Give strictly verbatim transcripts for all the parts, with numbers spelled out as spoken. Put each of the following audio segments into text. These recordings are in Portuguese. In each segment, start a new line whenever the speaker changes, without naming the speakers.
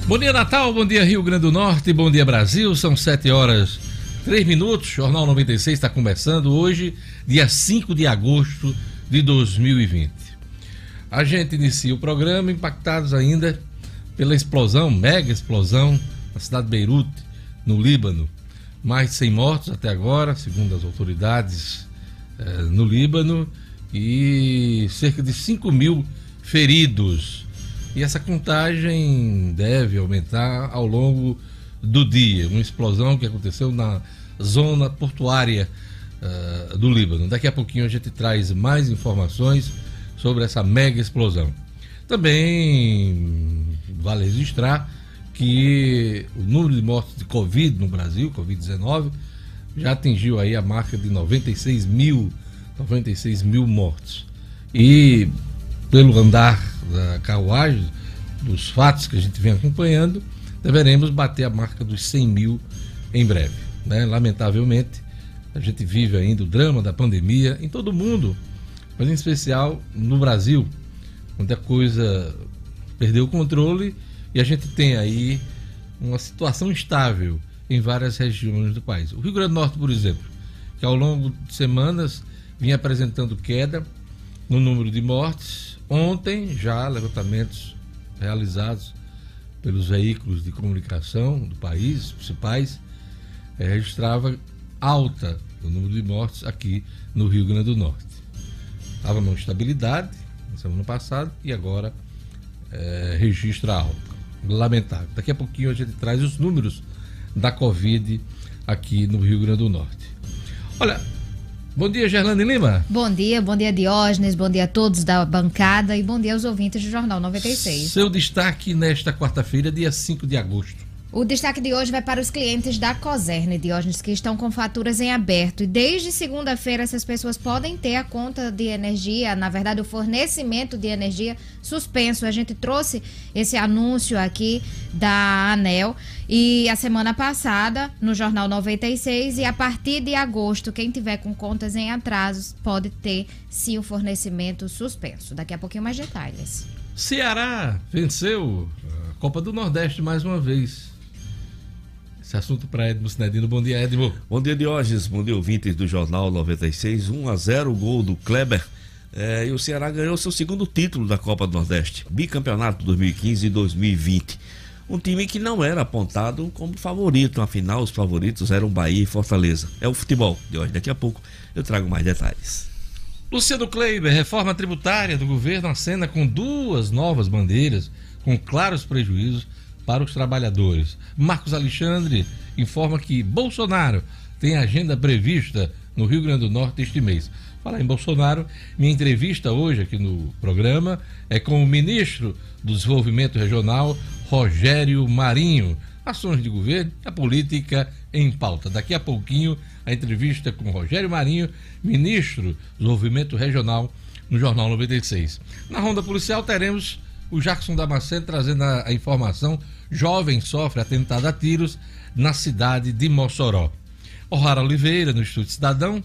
Bom dia, Natal, bom dia, Rio Grande do Norte, bom dia, Brasil. São sete horas, três minutos. Jornal noventa e seis está começando hoje, dia cinco de agosto de dois mil e vinte. A gente inicia o programa impactados ainda pela explosão, mega explosão, na cidade de Beirute, no Líbano. Mais de cem mortos até agora, segundo as autoridades eh, no Líbano, e cerca de cinco mil feridos. E essa contagem deve aumentar ao longo do dia. Uma explosão que aconteceu na zona portuária uh, do Líbano. Daqui a pouquinho a gente traz mais informações sobre essa mega explosão. Também vale registrar que o número de mortos de Covid no Brasil, covid dezenove, já atingiu aí a marca de noventa e seis mil mortos. E pelo andar da carruagem, dos fatos que a gente vem acompanhando, deveremos bater a marca dos cem mil em breve, né? Lamentavelmente, a gente vive ainda o drama da pandemia em todo o mundo, mas em especial no Brasil, onde a coisa perdeu o controle e a gente tem aí uma situação instável em várias regiões do país. O Rio Grande do Norte, por exemplo, que ao longo de semanas vinha apresentando queda no número de mortes. Ontem, já levantamentos realizados pelos veículos de comunicação do país, os principais, eh, registrava alta no número de mortes aqui no Rio Grande do Norte. Estava numa estabilidade na semana passada e agora eh, registra alta. Lamentável. Daqui a pouquinho a gente traz os números da Covid aqui no Rio Grande do Norte. Olha, bom dia, Gerlane Lima.
Bom dia, bom dia, Diógenes, bom dia a todos da bancada e bom dia aos ouvintes do Jornal noventa e seis.
Seu destaque nesta quarta-feira, dia cinco de agosto.
O destaque de hoje vai para os clientes da Cosern, Diógenes, que estão com faturas em aberto. E desde segunda-feira essas pessoas podem ter a conta de energia, na verdade o fornecimento de energia suspenso. A gente trouxe esse anúncio aqui da ANEEL e a semana passada no Jornal noventa e seis, e a partir de agosto quem tiver com contas em atrasos pode ter sim o fornecimento suspenso. Daqui a pouquinho mais detalhes.
Ceará venceu a Copa do Nordeste mais uma vez. Esse assunto para Edmo Sinedino. Bom dia, Edmo.
Bom dia, Diógenes. Bom dia, ouvintes do Jornal noventa e seis. um a zero, o gol do Kleber. É, e o Ceará ganhou seu segundo título da Copa do Nordeste. Bicampeonato dois mil e quinze e dois mil e vinte. Um time que não era apontado como favorito. Afinal, os favoritos eram Bahia e Fortaleza. É o futebol. Diógenes, daqui a pouco eu trago mais detalhes.
Luciano Kleiber, reforma tributária do governo acena com duas novas bandeiras, com claros prejuízos para os trabalhadores. Marcos Alexandre informa que Bolsonaro tem agenda prevista no Rio Grande do Norte este mês. Falar em Bolsonaro, minha entrevista hoje aqui no programa é com o ministro do Desenvolvimento Regional, Rogério Marinho. Ações de governo, a política em pauta. Daqui a pouquinho, a entrevista com Rogério Marinho, ministro do Desenvolvimento Regional, no Jornal noventa e seis. Na ronda policial teremos o Jackson Damasceno trazendo a, a informação: jovem sofre atentado a tiros na cidade de Mossoró. O'Hara Oliveira, no Estúdio Cidadão,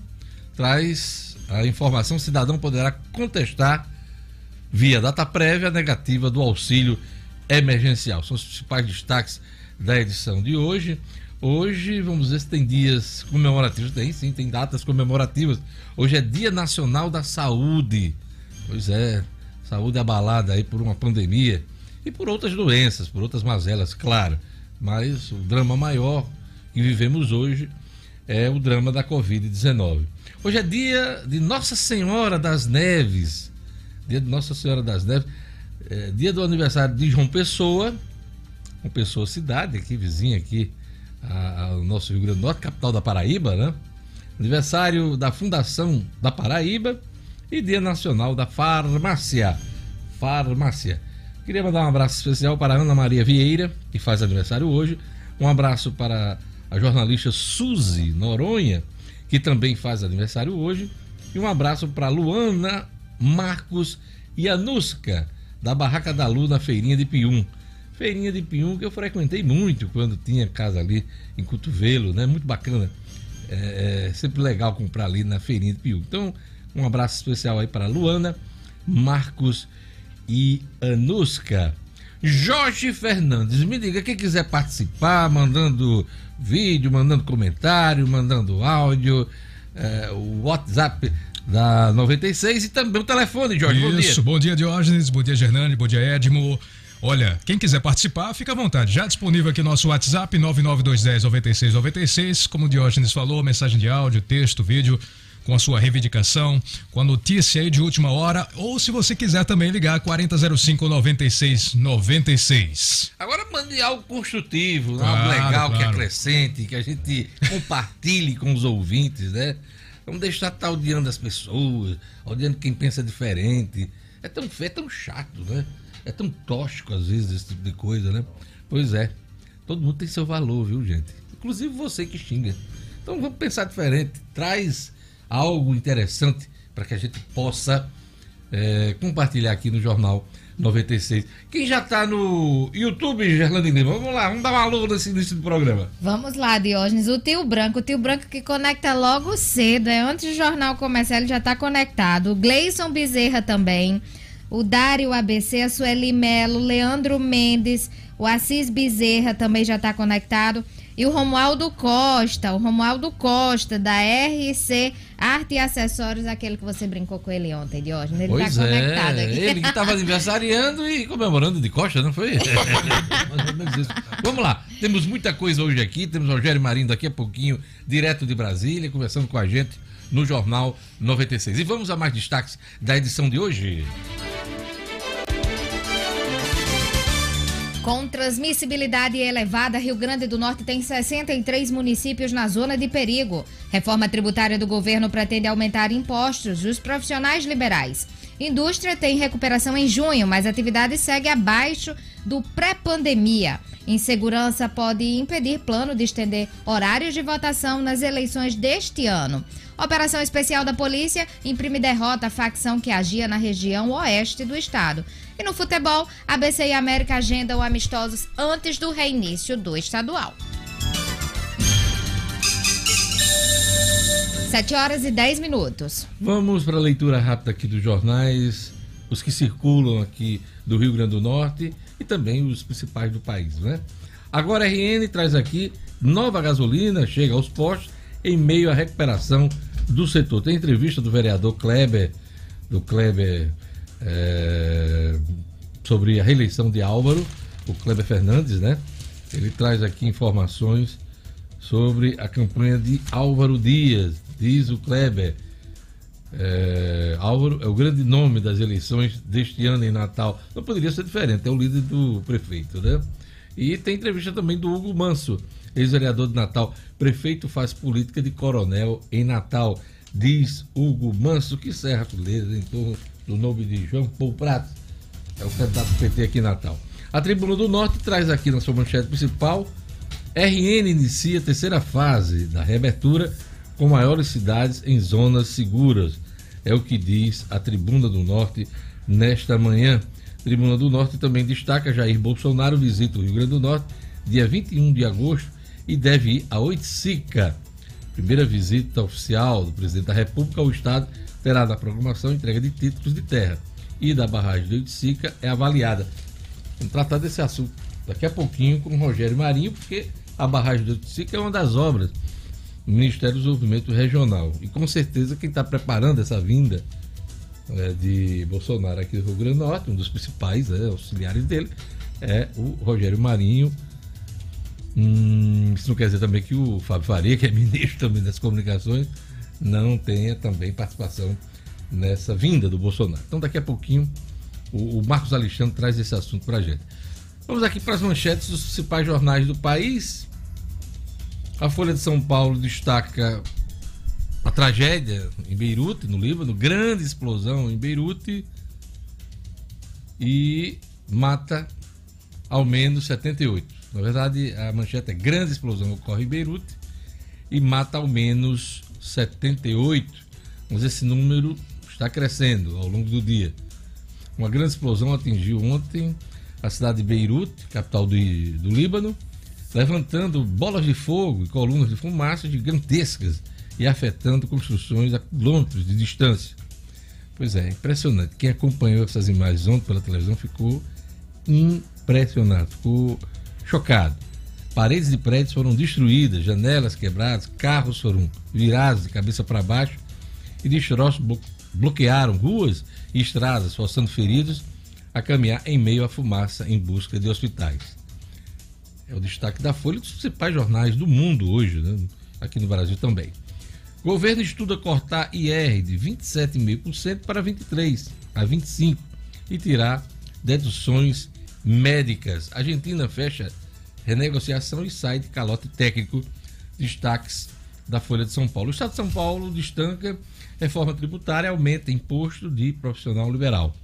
traz a informação: cidadão poderá contestar via data prévia a negativa do auxílio emergencial. São os principais destaques da edição de hoje. Hoje, vamos ver se tem dias comemorativos. Tem sim, tem datas comemorativas. Hoje é Dia Nacional da Saúde. Pois é, saúde abalada aí por uma pandemia e por outras doenças, por outras mazelas, claro. Mas o drama maior que vivemos hoje é o drama da covid dezenove. Hoje é dia de Nossa Senhora das Neves. Dia de Nossa Senhora das Neves. É dia do aniversário de João Pessoa. João Pessoa cidade, aqui vizinha aqui ao nosso Rio Grande do Norte, capital da Paraíba, né? Aniversário da Fundação da Paraíba e Dia Nacional da Farmácia. Farmácia. Queria mandar um abraço especial para a Ana Maria Vieira, que faz aniversário hoje. Um abraço para a jornalista Suzy Noronha, que também faz aniversário hoje. E um abraço para Luana, Marcos e Anuska, da Barraca da Lu, na Feirinha de Pium. Feirinha de Pium que eu frequentei muito quando tinha casa ali em Cotovelo, né? Muito bacana. É, é sempre legal comprar ali na Feirinha de Pium. Então, um abraço especial aí para Luana, Marcos e Anuska. Jorge Fernandes, me diga, quem quiser participar, mandando vídeo, mandando comentário, mandando áudio, é, o WhatsApp da noventa e seis e também o telefone, Jorge.
Isso,
bom dia.
Bom dia, Diógenes, bom dia, Gernani, bom dia, Edmo. Olha, quem quiser participar, fica à vontade. Já disponível aqui nosso WhatsApp, nove nove dois um zero, nove seis nove seis. Como o Diógenes falou, mensagem de áudio, texto, vídeo, com a sua reivindicação, com a notícia aí de última hora, ou se você quiser também ligar, quarenta zero cinco, noventa e seis noventa e seis.
Agora mande algo construtivo,
Claro,
algo legal,
claro.
que acrescente, que a gente compartilhe com os ouvintes, né? Vamos deixar de estar odiando as pessoas, odiando quem pensa diferente. É tão feio, é tão chato, né? É tão tóxico às vezes esse tipo de coisa, né? Pois é, todo mundo tem seu valor, viu, gente? Inclusive você que xinga. Então vamos pensar diferente, traz algo interessante para que a gente possa é, compartilhar aqui no Jornal noventa e seis. Quem já está no YouTube, Gerlane Lima, vamos lá, vamos dar uma alô nesse início do programa.
Vamos lá, Diógenes, o Tio Branco, o Tio Branco que conecta logo cedo, é antes do jornal começar, ele já está conectado. O Gleison Bezerra também, o Dário A B C, a Sueli Melo, Leandro Mendes, o Assis Bezerra também já está conectado. E o Romualdo Costa, o Romualdo Costa, da R C Arte e Acessórios, aquele que você brincou com ele ontem, Diógenes. Ele
pois
tá
é,
conectado aqui.
Ele que estava aniversariando e comemorando de Costa, não foi? Mais ou menos isso. Vamos lá, temos muita coisa hoje aqui, temos Rogério Marinho daqui a pouquinho, direto de Brasília, conversando com a gente no Jornal noventa e seis. E vamos a mais destaques da edição de hoje.
Com transmissibilidade elevada, Rio Grande do Norte tem sessenta e três municípios na zona de perigo. Reforma tributária do governo pretende aumentar impostos dos profissionais liberais. Indústria tem recuperação em junho, mas a atividade segue abaixo do pré-pandemia. Insegurança pode impedir plano de estender horários de votação nas eleições deste ano. Operação especial da polícia imprime derrota à facção que agia na região oeste do estado. E no futebol, A B C e América agendam amistosos antes do reinício do estadual. sete horas e dez minutos.
Vamos para a leitura rápida aqui dos jornais, os que circulam aqui do Rio Grande do Norte e também os principais do país, né? Agora a R N traz aqui nova gasolina, chega aos postos em meio à recuperação do setor. Tem entrevista do vereador Kleber, do Kleber é, sobre a reeleição de Álvaro, o Kleber Fernandes, né? Ele traz aqui informações sobre a campanha de Álvaro Dias, diz o Kleber. É, Álvaro é o grande nome das eleições deste ano em Natal. Não poderia ser diferente, é o líder do prefeito, né? E tem entrevista também do Hugo Manso, ex-vereador de Natal. Prefeito faz política de coronel em Natal, diz Hugo Manso, que serra fileira em torno do nome de João Paulo Prato, é o candidato do P T aqui em Natal. A Tribuna do Norte traz aqui na sua manchete principal: R N inicia a terceira fase da reabertura com maiores cidades em zonas seguras. É o que diz a Tribuna do Norte nesta manhã. Tribuna do Norte também destaca: Jair Bolsonaro visita o Rio Grande do Norte dia vinte e um de agosto e deve ir a Oiticica. Primeira visita oficial do presidente da República ao estado terá na programação entrega de títulos de terra e da barragem de Oiticica é avaliada. Vamos tratar desse assunto daqui a pouquinho com o Rogério Marinho, porque a barragem de Oiticica é uma das obras do Ministério do Desenvolvimento Regional. E com certeza quem está preparando essa vinda é, de Bolsonaro aqui do Rio Grande do Norte, um dos principais é, auxiliares dele, é o Rogério Marinho. Hum, isso não quer dizer também que o Fábio Faria, que é ministro também das comunicações, não tenha também participação nessa vinda do Bolsonaro. Então daqui a pouquinho o, o Marcos Alexandre traz esse assunto para a gente. Vamos aqui para as manchetes dos principais jornais do país. A Folha de São Paulo destaca a tragédia em Beirute, no Líbano, grande explosão em Beirute e mata ao menos setenta e oito. Na verdade, a manchete é: grande explosão ocorre em Beirute e mata ao menos setenta e oito. Mas esse número está crescendo ao longo do dia. Uma grande explosão atingiu ontem a cidade de Beirute, capital do, do Líbano, levantando bolas de fogo e colunas de fumaça gigantescas e afetando construções a quilômetros de distância. Pois é, impressionante. Quem acompanhou essas imagens ontem pela televisão ficou impressionado, ficou chocado. Paredes de prédios foram destruídas, janelas quebradas, carros foram virados de cabeça para baixo e destroços bloquearam ruas e estradas, forçando feridos a caminhar em meio à fumaça em busca de hospitais. É o destaque da Folha dos principais jornais do mundo hoje, né? Aqui no Brasil também. Governo estuda cortar I R de vinte e sete vírgula cinco por cento para vinte e três por cento a vinte e cinco por cento e tirar deduções médicas. Argentina fecha renegociação e sai de calote técnico. Destaques da Folha de São Paulo. O Estado de São Paulo destaca: reforma tributária aumenta imposto de profissional liberal.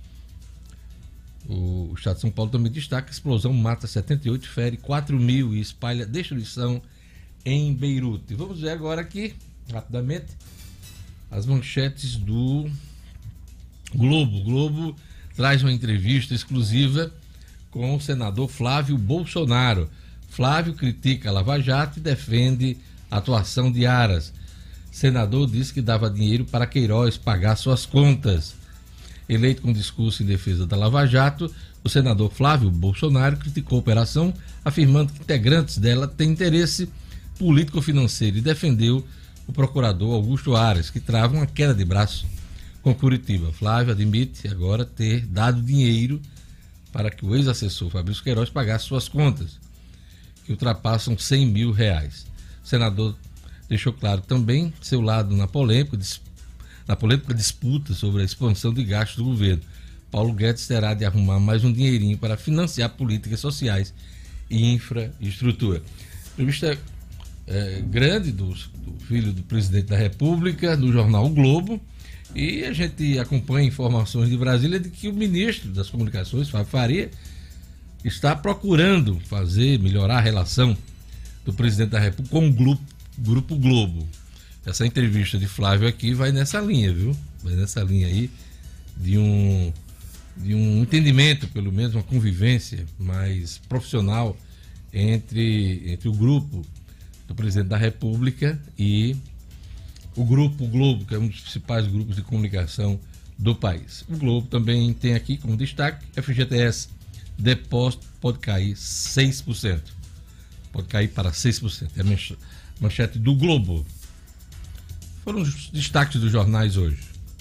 O Estado de São Paulo também destaca: explosão mata setenta e oito, fere quatro mil e espalha destruição em Beirute. Vamos ver agora aqui, rapidamente, as manchetes do Globo. O Globo traz uma entrevista exclusiva com o senador Flávio Bolsonaro. Flávio critica a Lava Jato e defende a atuação de Aras. Senador diz que dava dinheiro para Queiroz pagar suas contas. Eleito com discurso em defesa da Lava Jato, o senador Flávio Bolsonaro criticou a operação, afirmando que integrantes dela têm interesse político-financeiro e defendeu o procurador Augusto Aras, que trava uma queda de braço com Curitiba. Flávio admite agora ter dado dinheiro para que o ex-assessor Fabrício Queiroz pagasse suas contas, que ultrapassam cem mil reais. O senador deixou claro também seu lado na polêmica, na polêmica disputa sobre a expansão de gastos do governo. Paulo Guedes terá de arrumar mais um dinheirinho para financiar políticas sociais e infraestrutura. Entrevista é, grande do, do filho do presidente da República no jornal O Globo, e a gente acompanha informações de Brasília de que o ministro das Comunicações, Fábio Faria, está procurando fazer, melhorar a relação do presidente da República com o grupo, grupo Globo. Essa entrevista de Flávio aqui vai nessa linha, viu? Vai nessa linha aí de um, de um entendimento, pelo menos uma convivência mais profissional entre, entre o grupo do presidente da República e o Grupo Globo, que é um dos principais grupos de comunicação do país. O Globo também tem aqui como destaque: F G T S, depósito pode cair seis por cento. Pode cair para seis por cento. É a manchete do Globo. Foram os destaques dos jornais hoje.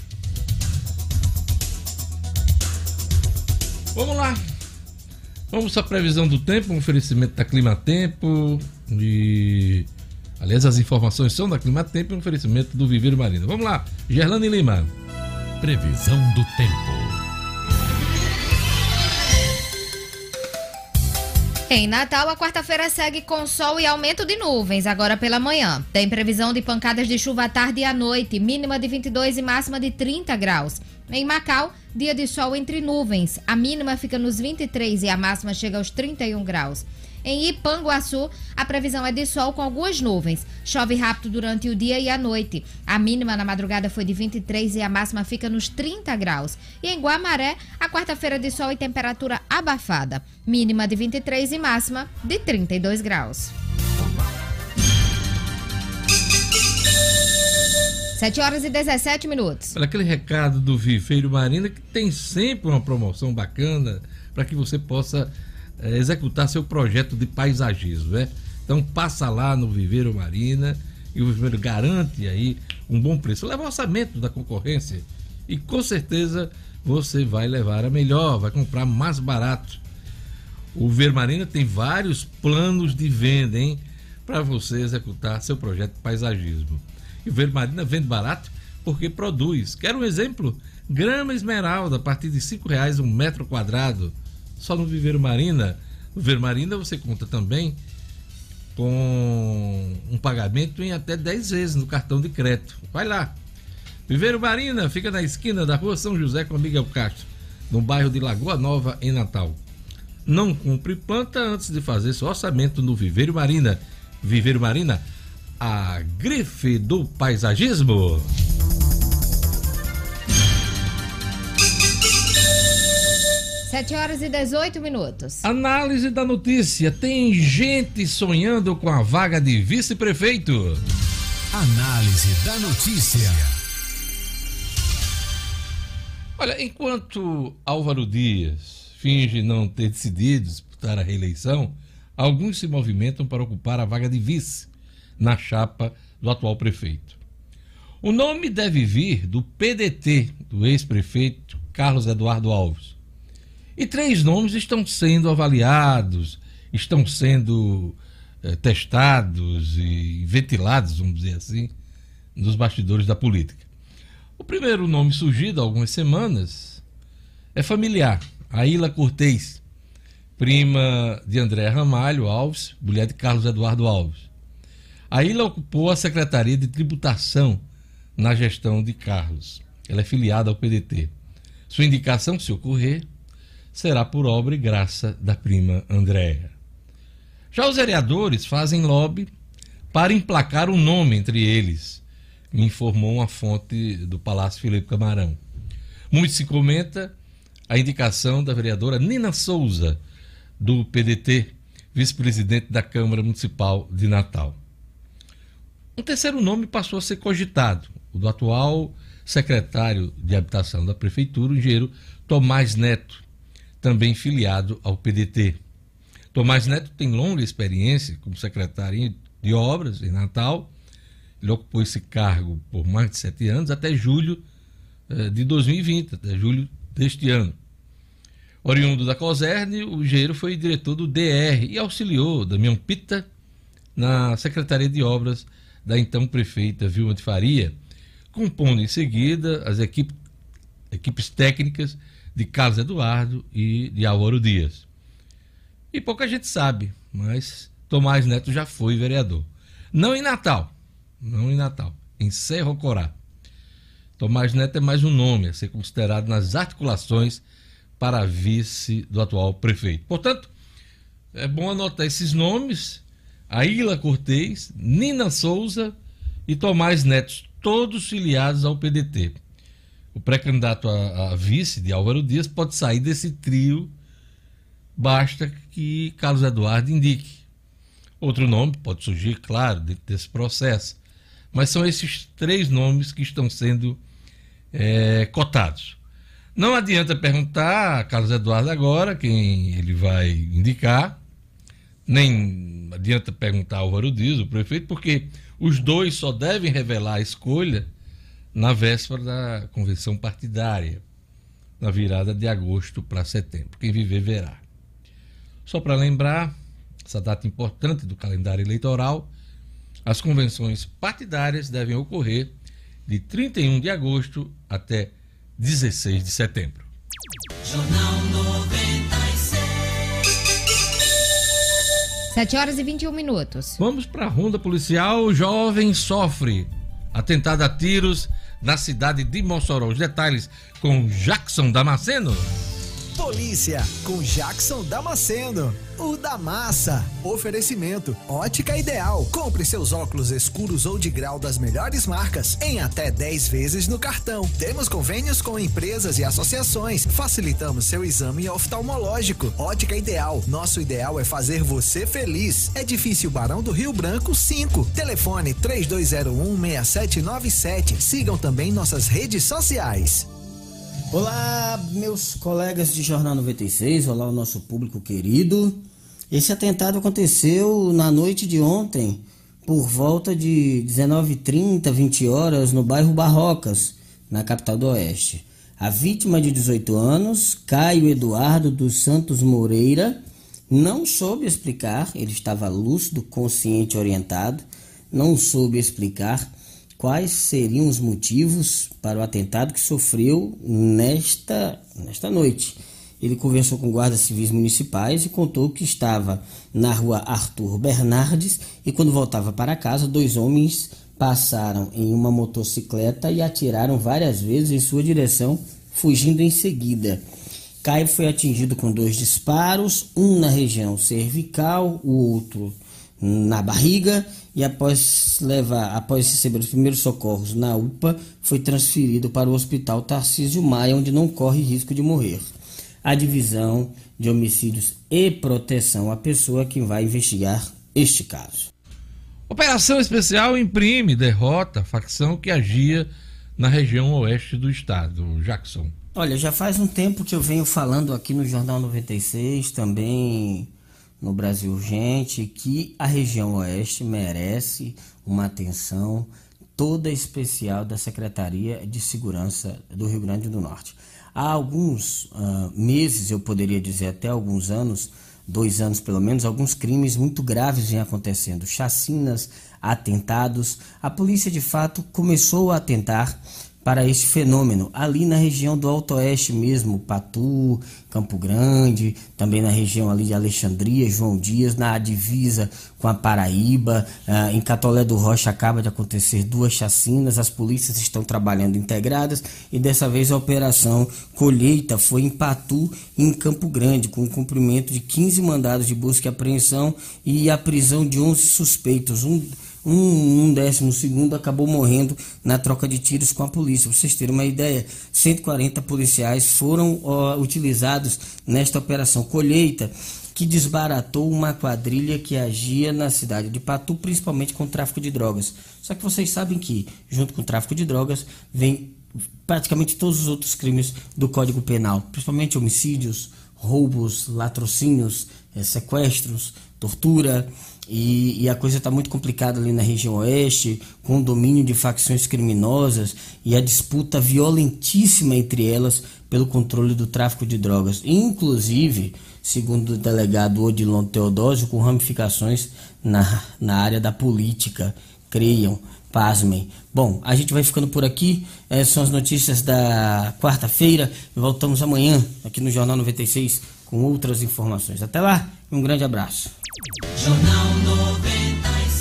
Vamos lá. Vamos à previsão do tempo, um oferecimento da Climatempo. E, aliás, as informações são da Climatempo e um oferecimento do Viveiro Marina. Vamos lá, Gerlane Lima.
Previsão do tempo.
Em Natal, a quarta-feira segue com sol e aumento de nuvens, agora pela manhã. Tem previsão de pancadas de chuva à tarde e à noite, mínima de vinte e dois e máxima de trinta graus. Em Macau, dia de sol entre nuvens, a mínima fica nos vinte e três e a máxima chega aos trinta e um graus. Em Ipanguaçu, a previsão é de sol com algumas nuvens. Chove rápido durante o dia e a noite. A mínima na madrugada foi de vinte e três e a máxima fica nos trinta graus. E em Guamaré, a quarta-feira de sol e temperatura abafada. Mínima de vinte e três e máxima de trinta e dois graus. sete horas e dezessete minutos.
Olha, aquele recado do Viveiro Marina, que tem sempre uma promoção bacana para que você possa É, executar seu projeto de paisagismo, né? Então passa lá no Viveiro Marina e o Viveiro garante aí um bom preço. Leva o orçamento da concorrência e com certeza você vai levar a melhor, vai comprar mais barato. O Viveiro Marina tem vários planos de venda, hein? Para você executar seu projeto de paisagismo. E o Viveiro Marina vende barato porque produz. Quer um exemplo? Grama esmeralda a partir de cinco reais um metro quadrado. Só no Viveiro Marina. No Viveiro Marina você conta também com um pagamento em até dez vezes no cartão de crédito. Vai lá. Viveiro Marina fica na esquina da rua São José com Miguel Castro, no bairro de Lagoa Nova, em Natal. Não compre planta antes de fazer seu orçamento no Viveiro Marina. Viveiro Marina, a grife do paisagismo.
sete horas e dezoito minutos.
Análise da notícia. Tem gente sonhando com a vaga de vice-prefeito.
Análise da notícia.
Olha, enquanto Álvaro Dias finge não ter decidido disputar a reeleição, alguns se movimentam para ocupar a vaga de vice na chapa do atual prefeito. O nome deve vir do P D T, do ex-prefeito Carlos Eduardo Alves. E três nomes estão sendo avaliados, estão sendo eh, testados e ventilados, vamos dizer assim, nos bastidores da política. O primeiro nome surgido há algumas semanas é familiar, Aíla Cortez, prima de André Ramalho Alves, mulher de Carlos Eduardo Alves. Aíla ocupou a Secretaria de Tributação na gestão de Carlos. Ela é filiada ao P D T. Sua indicação, se ocorrer, será por obra e graça da prima Andréa. Já os vereadores fazem lobby para emplacar um nome entre eles, me informou uma fonte do Palácio Filipe Camarão. Muito se comenta a indicação da vereadora Nina Souza, do P D T, vice-presidente da Câmara Municipal de Natal. Um terceiro nome passou a ser cogitado, o do atual secretário de Habitação da Prefeitura, o engenheiro Tomás Neto, também filiado ao P D T. Tomás Neto tem longa experiência como secretário de Obras em Natal. Ele ocupou esse cargo por mais de sete anos, até julho eh, de dois mil e vinte, até julho deste ano. Oriundo da Coserne, o engenheiro foi diretor do D R e auxiliou Damião Pita na Secretaria de Obras da então prefeita Vilma de Faria, compondo em seguida as equipes, equipes técnicas de Carlos Eduardo e de Álvaro Dias. E pouca gente sabe, mas Tomás Neto já foi vereador. Não em Natal, não em Natal, em Cerro Corá. Tomás Neto é mais um nome a ser considerado nas articulações para vice do atual prefeito. Portanto, é bom anotar esses nomes: Aíla Cortez, Nina Souza e Tomás Neto, todos filiados ao P D T. O pré-candidato a, a vice de Álvaro Dias pode sair desse trio, basta que Carlos Eduardo indique. Outro nome pode surgir, claro, dentro desse processo, mas são esses três nomes que estão sendo é, cotados. Não adianta perguntar a Carlos Eduardo agora quem ele vai indicar, nem adianta perguntar a Álvaro Dias, o prefeito, porque os dois só devem revelar a escolha na véspera da convenção partidária, na virada de agosto para setembro. Quem viver, verá. Só para lembrar, essa data importante do calendário eleitoral, as convenções partidárias devem ocorrer de trinta e um de agosto até dezesseis de setembro.
Jornal noventa e seis.
sete horas e vinte e um minutos.
Vamos para a ronda policial. O jovem sofre atentado a tiros na cidade de Mossoró. Os detalhes com Jackson Damasceno.
Polícia com Jackson Damasceno, o da massa. Oferecimento Ótica Ideal. Compre seus óculos escuros ou de grau das melhores marcas em até dez vezes no cartão. Temos convênios com empresas e associações. Facilitamos seu exame oftalmológico. Ótica Ideal. Nosso ideal é fazer você feliz. Edifício Barão do Rio Branco cinco. Telefone três dois zero um, seis sete nove sete. Sigam também nossas redes sociais.
Olá, meus colegas de Jornal noventa e seis, olá o nosso público querido. Esse atentado aconteceu na noite de ontem, por volta de dezenove e trinta, vinte horas, no bairro Barrocas, na capital do Oeste. A vítima de dezoito anos, Caio Eduardo dos Santos Moreira, não soube explicar, ele estava lúcido, consciente, orientado, não soube explicar quais seriam os motivos para o atentado que sofreu nesta, nesta noite. Ele conversou com guardas civis municipais e contou que estava na rua Arthur Bernardes e quando voltava para casa, dois homens passaram em uma motocicleta e atiraram várias vezes em sua direção, fugindo em seguida. Caio foi atingido com dois disparos, um na região cervical, o outro na barriga, e após levar, após receber os primeiros socorros na U P A, foi transferido para o Hospital Tarcísio Maia, onde não corre risco de morrer. A Divisão de Homicídios e Proteção à Pessoa que vai investigar este caso.
Operação especial imprime derrota a facção que agia na região oeste do estado. Jackson.
Olha, já faz um tempo que eu venho falando aqui no Jornal noventa e seis, também no Brasil Urgente, que a região oeste merece uma atenção toda especial da Secretaria de Segurança do Rio Grande do Norte. Há alguns uh, meses, eu poderia dizer até alguns anos, dois anos pelo menos, alguns crimes muito graves vêm acontecendo, chacinas, atentados. A polícia de fato começou a atentar para este fenômeno, ali na região do Alto Oeste mesmo, Patu, Campo Grande, também na região ali de Alexandria, João Dias, na divisa com a Paraíba, ah, em Catolé do Rocha acaba de acontecer duas chacinas, as polícias estão trabalhando integradas e dessa vez a operação Colheita foi em Patu e em Campo Grande, com o cumprimento de quinze mandados de busca e apreensão e a prisão de onze suspeitos, um Um, um décimo segundo acabou morrendo na troca de tiros com a polícia. Para vocês terem uma ideia, cento e quarenta policiais foram ó, utilizados nesta operação Colheita, que desbaratou uma quadrilha que agia na cidade de Patu, principalmente com o tráfico de drogas. Só que vocês sabem que, junto com o tráfico de drogas, vem praticamente todos os outros crimes do Código Penal, principalmente homicídios, roubos, latrocínios, é, sequestros, tortura, e, e a coisa está muito complicada ali na região oeste, com o domínio de facções criminosas e a disputa violentíssima entre elas pelo controle do tráfico de drogas, inclusive, segundo o delegado Odilon Teodósio, com ramificações na, na área da política, creiam, pasmem. Bom, a gente vai ficando por aqui, essas são as notícias da quarta-feira, voltamos amanhã aqui no Jornal noventa e seis com outras informações. Até lá, um grande abraço.
Jornal noventa e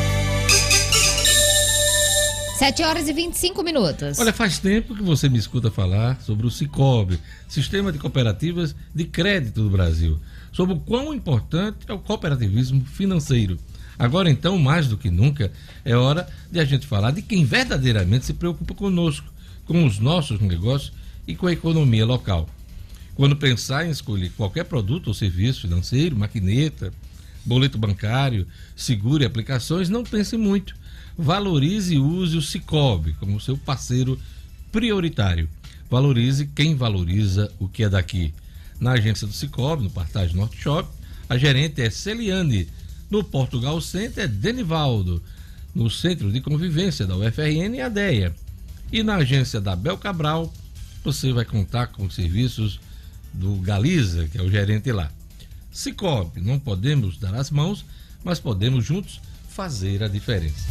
seis.
sete horas e vinte e cinco minutos.
Olha, faz tempo que você me escuta falar sobre o Sicoob, Sistema de Cooperativas de Crédito do Brasil, sobre o quão importante é o cooperativismo financeiro. Agora, então, mais do que nunca, é hora de a gente falar de quem verdadeiramente se preocupa conosco, com os nossos negócios e com a economia local. Quando pensar em escolher qualquer produto ou serviço financeiro, maquineta, boleto bancário, seguro e aplicações, não pense muito. Valorize e use o Sicoob como seu parceiro prioritário. Valorize quem valoriza o que é daqui. Na agência do Sicoob, no Partage Norte Shop, a gerente é Celiane. No Portugal Center é Denivaldo. No Centro de Convivência da U F R N é a Deia. E na agência da Bel Cabral, você vai contar com os serviços do Galiza, que é o gerente lá. Sicoob, não podemos dar as mãos, mas podemos juntos fazer a diferença.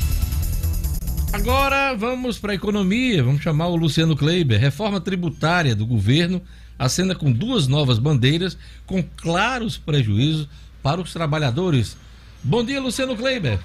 Agora vamos para a economia, vamos chamar o Luciano Kleiber. Reforma tributária do governo acena com duas novas bandeiras com claros prejuízos para os trabalhadores. Bom dia, Luciano Kleiber.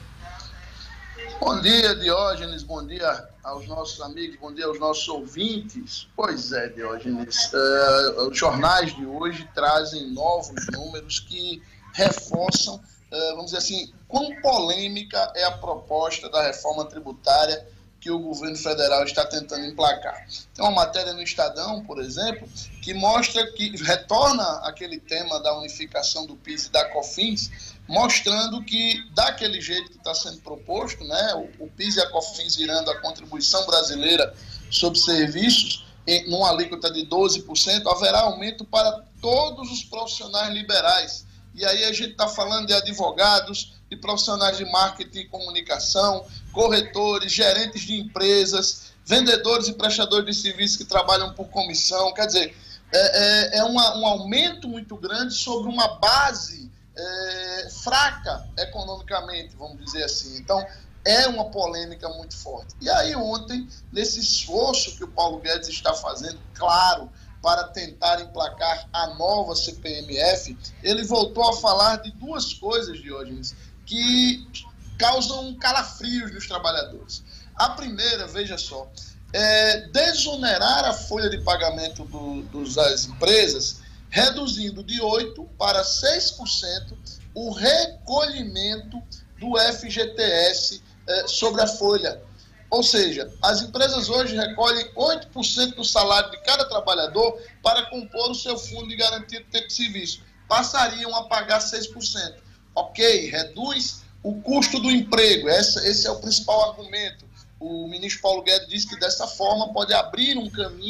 Bom dia, Diógenes, bom dia aos nossos amigos, bom dia aos nossos ouvintes. Pois é, Diógenes, uh, os jornais de hoje trazem novos números que reforçam, uh, vamos dizer assim, quão polêmica é a proposta da reforma tributária que o governo federal está tentando emplacar. Tem uma matéria no Estadão, por exemplo, que mostra que retorna aquele tema da unificação do P I S e da COFINS, mostrando que, daquele jeito que está sendo proposto, né, o, o P I S e a COFINS virando a contribuição brasileira sobre serviços, em, numa alíquota de doze por cento, haverá aumento para todos os profissionais liberais. E aí a gente está falando de advogados, de profissionais de marketing e comunicação, corretores, gerentes de empresas, vendedores e prestadores de serviços que trabalham por comissão. Quer dizer, é, é, é uma, um aumento muito grande sobre uma base é, fraca economicamente, vamos dizer assim. Então, é uma polêmica muito forte. E aí ontem, nesse esforço que o Paulo Guedes está fazendo, claro, para tentar emplacar a nova C P M F, ele voltou a falar de duas coisas, Diógenes, que causam calafrios nos trabalhadores. A primeira, veja só, é desonerar a folha de pagamento do, dos, das empresas, reduzindo de oito por cento para seis por cento o recolhimento do F G T S é, sobre a folha. Ou seja, as empresas hoje recolhem oito por cento do salário de cada trabalhador para compor o seu fundo de garantia do tempo de serviço. Passariam a pagar seis por cento. Ok, reduz o custo do emprego. Esse, esse é o principal argumento. O ministro Paulo Guedes disse que dessa forma pode abrir um caminho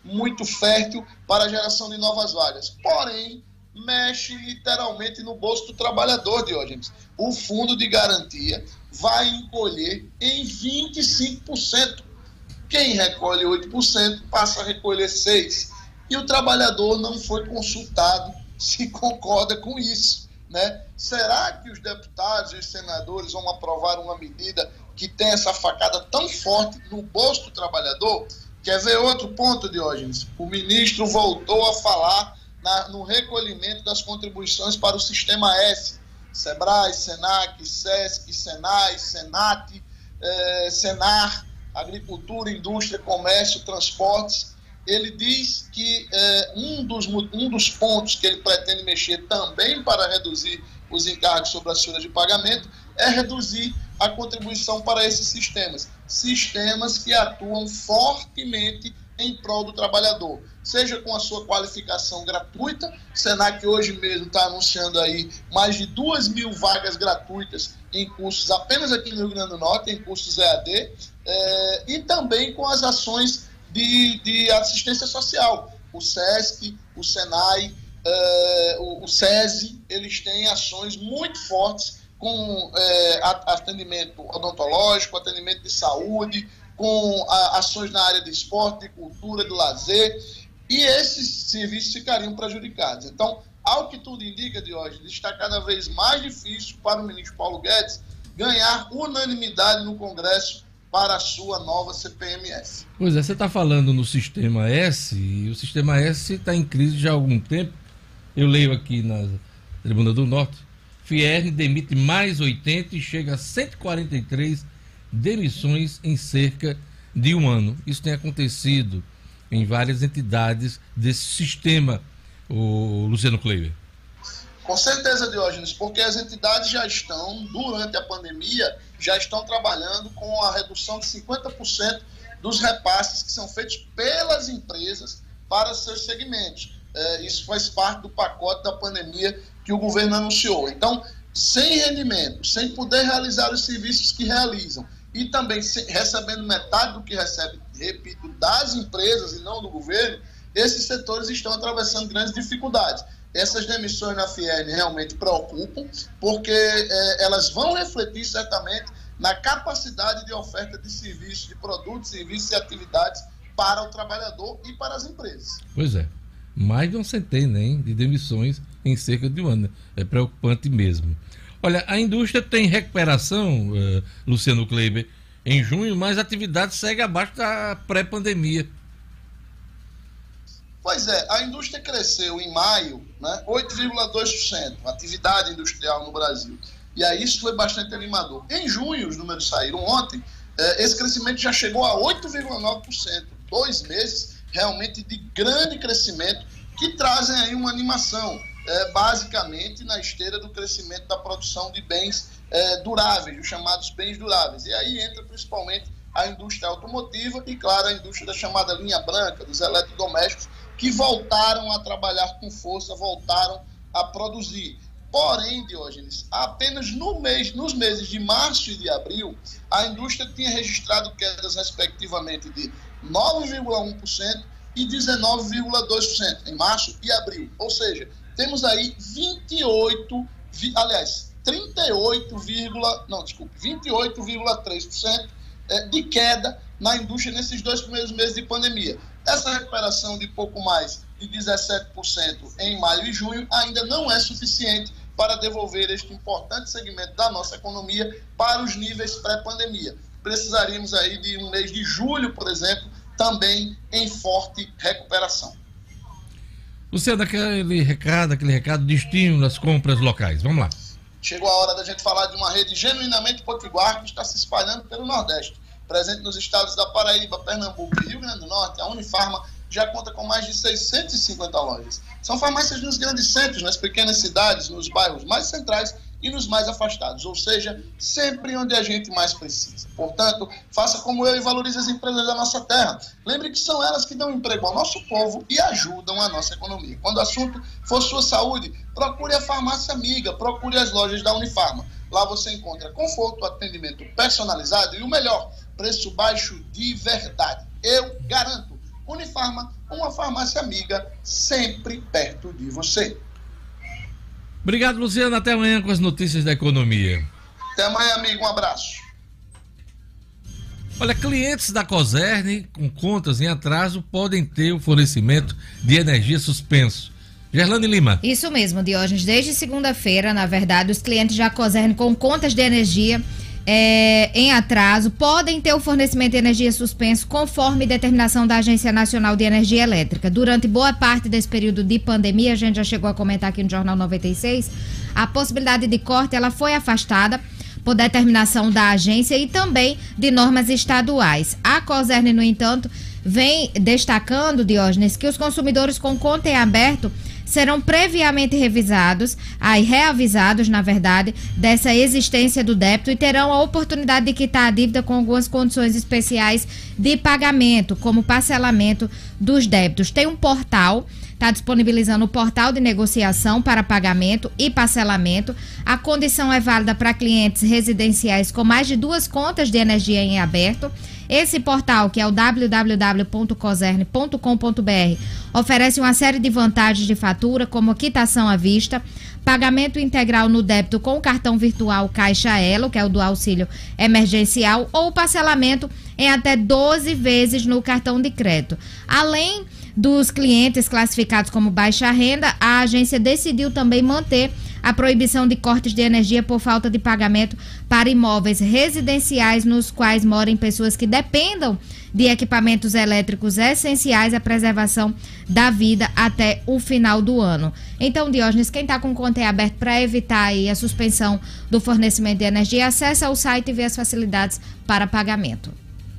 muito fértil para a geração de novas vagas. Porém, mexe literalmente no bolso do trabalhador, Diógenes. O fundo de garantia vai encolher em vinte e cinco por cento. Quem recolhe oito por cento passa a recolher seis por cento. E o trabalhador não foi consultado se concorda com isso, né? Será que os deputados e os senadores vão aprovar uma medida que tem essa facada tão forte no bolso do trabalhador? Quer ver outro ponto, Diógenes? O ministro voltou a falar na, no recolhimento das contribuições para o Sistema S. Sebrae, Senac, Sesc, Senai, Senat, eh, Senar, Agricultura, Indústria, Comércio, Transportes. Ele diz que eh, um, dos, um dos pontos que ele pretende mexer também para reduzir os encargos sobre as folhas de pagamento é reduzir a contribuição para esses sistemas. Sistemas que atuam fortemente em prol do trabalhador, seja com a sua qualificação gratuita. O Senac hoje mesmo está anunciando aí mais de duas mil vagas gratuitas em cursos apenas aqui no Rio Grande do Norte, em cursos E A D, eh, e também com as ações de, de assistência social. O Sesc, o Senai, eh, o, o SESI, eles têm ações muito fortes com eh, atendimento odontológico, atendimento de saúde, com a, ações na área de esporte, de cultura, de lazer, e esses serviços ficariam prejudicados. Então, ao que tudo indica, Diógenes, está cada vez mais difícil para o ministro Paulo Guedes ganhar unanimidade no Congresso para a sua nova C P M S.
Pois é, você está falando no Sistema S, e o Sistema S está em crise já há algum tempo. Eu leio aqui na Tribuna do Norte, Fierne demite mais oitenta e chega a cento e quarenta e três demissões em cerca de um ano. Isso tem acontecido em várias entidades desse sistema, o Luciano Kleiber.
Com certeza, Diógenes, porque as entidades já estão, durante a pandemia, já estão trabalhando com a redução de cinquenta por cento dos repasses que são feitos pelas empresas para seus segmentos. É, isso faz parte do pacote da pandemia que o governo anunciou. Então, sem rendimento, sem poder realizar os serviços que realizam, e também se, recebendo metade do que recebe, repito, das empresas e não do governo, esses setores estão atravessando grandes dificuldades. Essas demissões na Fierne realmente preocupam, porque é, elas vão refletir certamente na capacidade de oferta de serviços, de produtos, serviços e atividades para o trabalhador e para as empresas.
Pois é, mais de um centena, hein, de demissões em cerca de um ano. É preocupante mesmo. Olha, a indústria tem recuperação, uh, Luciano Kleiber, em junho, mas a atividade segue abaixo da pré-pandemia.
Pois é, a indústria cresceu em maio, né, oito vírgula dois por cento, a atividade industrial no Brasil. E aí isso foi bastante animador. Em junho, os números saíram ontem, eh, esse crescimento já chegou a oito vírgula nove por cento. Dois meses realmente de grande crescimento que trazem aí uma animação, eh, basicamente na esteira do crescimento da produção de bens eh, duráveis, os chamados bens duráveis. E aí entra principalmente a indústria automotiva e, claro, a indústria da chamada linha branca, dos eletrodomésticos, que voltaram a trabalhar com força, voltaram a produzir. Porém, Diógenes, apenas no mês, nos meses de março e de abril, a indústria tinha registrado quedas respectivamente de nove vírgula um por cento e dezenove vírgula dois por cento em março e abril. Ou seja, temos aí vinte e oito, aliás, trinta e oito, não, desculpe, vinte e oito vírgula três por cento de queda na indústria nesses dois primeiros meses de pandemia. Essa recuperação de pouco mais de dezessete por cento em maio e junho ainda não é suficiente para devolver este importante segmento da nossa economia para os níveis pré-pandemia. Precisaríamos aí de um mês de julho, por exemplo, também em forte recuperação.
Luciano, aquele recado, aquele recado de estímulo às compras locais. Vamos lá.
Chegou a hora da gente falar de uma rede genuinamente potiguar que está se espalhando pelo Nordeste. Presente nos estados da Paraíba, Pernambuco e Rio Grande do Norte, a Unifarma já conta com mais de seiscentas e cinquenta lojas. São farmácias nos grandes centros, nas pequenas cidades, nos bairros mais centrais e nos mais afastados, ou seja, sempre onde a gente mais precisa. Portanto, faça como eu e valorize as empresas da nossa terra. Lembre que são elas que dão emprego ao nosso povo e ajudam a nossa economia. Quando o assunto for sua saúde, procure a farmácia amiga, procure as lojas da Unifarma. Lá você encontra conforto, atendimento personalizado e o melhor, preço baixo de verdade. Eu garanto. Unifarma, uma farmácia amiga sempre perto de você.
Obrigado, Luciano. Até amanhã com as notícias da economia.
Até amanhã, amigo. Um abraço.
Olha, clientes da Cosern com contas em atraso podem ter o fornecimento de energia suspenso. Gerlane Lima.
Isso mesmo, Diógenes. Desde segunda-feira, na verdade, os clientes da Cosern com contas de energia é, em atraso podem ter o fornecimento de energia suspenso conforme determinação da Agência Nacional de Energia Elétrica. Durante boa parte desse período de pandemia, a gente já chegou a comentar aqui no Jornal noventa e seis, a possibilidade de corte ela foi afastada por determinação da agência e também de normas estaduais. A Cosern, no entanto, vem destacando, Diógenes, que os consumidores com conta em aberto serão previamente revisados, aí reavisados, na verdade, dessa existência do débito e terão a oportunidade de quitar a dívida com algumas condições especiais de pagamento, como parcelamento dos débitos. Tem um portal, está disponibilizando o portal de negociação para pagamento e parcelamento. A condição é válida para clientes residenciais com mais de duas contas de energia em aberto. Esse portal, que é o w w w ponto cosern ponto com ponto b r, oferece uma série de vantagens de fatura, como quitação à vista, pagamento integral no débito com o cartão virtual Caixa Elo, que é o do auxílio emergencial, ou parcelamento em até doze vezes no cartão de crédito. Além dos clientes classificados como baixa renda, a agência decidiu também manter a proibição de cortes de energia por falta de pagamento para imóveis residenciais nos quais morem pessoas que dependam de equipamentos elétricos essenciais à preservação da vida até o final do ano. Então, Diógenes, quem está com conta em aberto para evitar aí a suspensão do fornecimento de energia, acessa o site e vê as facilidades para pagamento.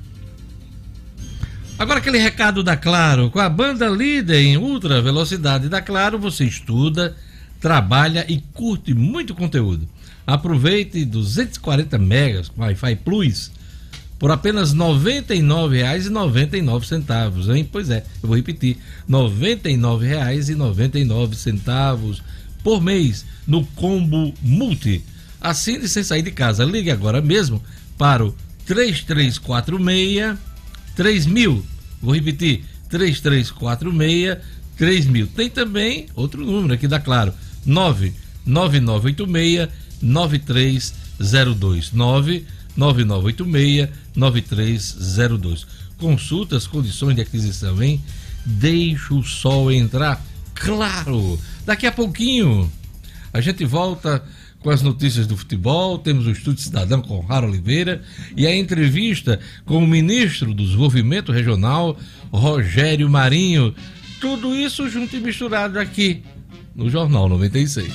Agora aquele recado da Claro, com a banda líder em ultra velocidade da Claro, você estuda, trabalha e curte muito conteúdo. Aproveite duzentos e quarenta megas com Wi-Fi Plus por apenas noventa e nove reais e noventa e nove centavos, hein? Pois é, eu vou repetir, noventa e nove reais e noventa e nove centavos por mês no Combo Multi. Assine sem sair de casa. Ligue agora mesmo para o três três quatro seis três mil. Vou repetir, três três quatro seis três mil. Tem também outro número aqui da Claro, nove nove nove oito seis nove três zero dois, nove nove nove oito seis nove três zero dois. Consulta as condições de aquisição, hein? Deixa o sol entrar, claro! Daqui a pouquinho a gente volta com as notícias do futebol, temos o Estúdio Cidadão com Rara Oliveira e a entrevista com o ministro do Desenvolvimento Regional, Rogério Marinho. Tudo isso junto e misturado aqui no Jornal noventa e seis.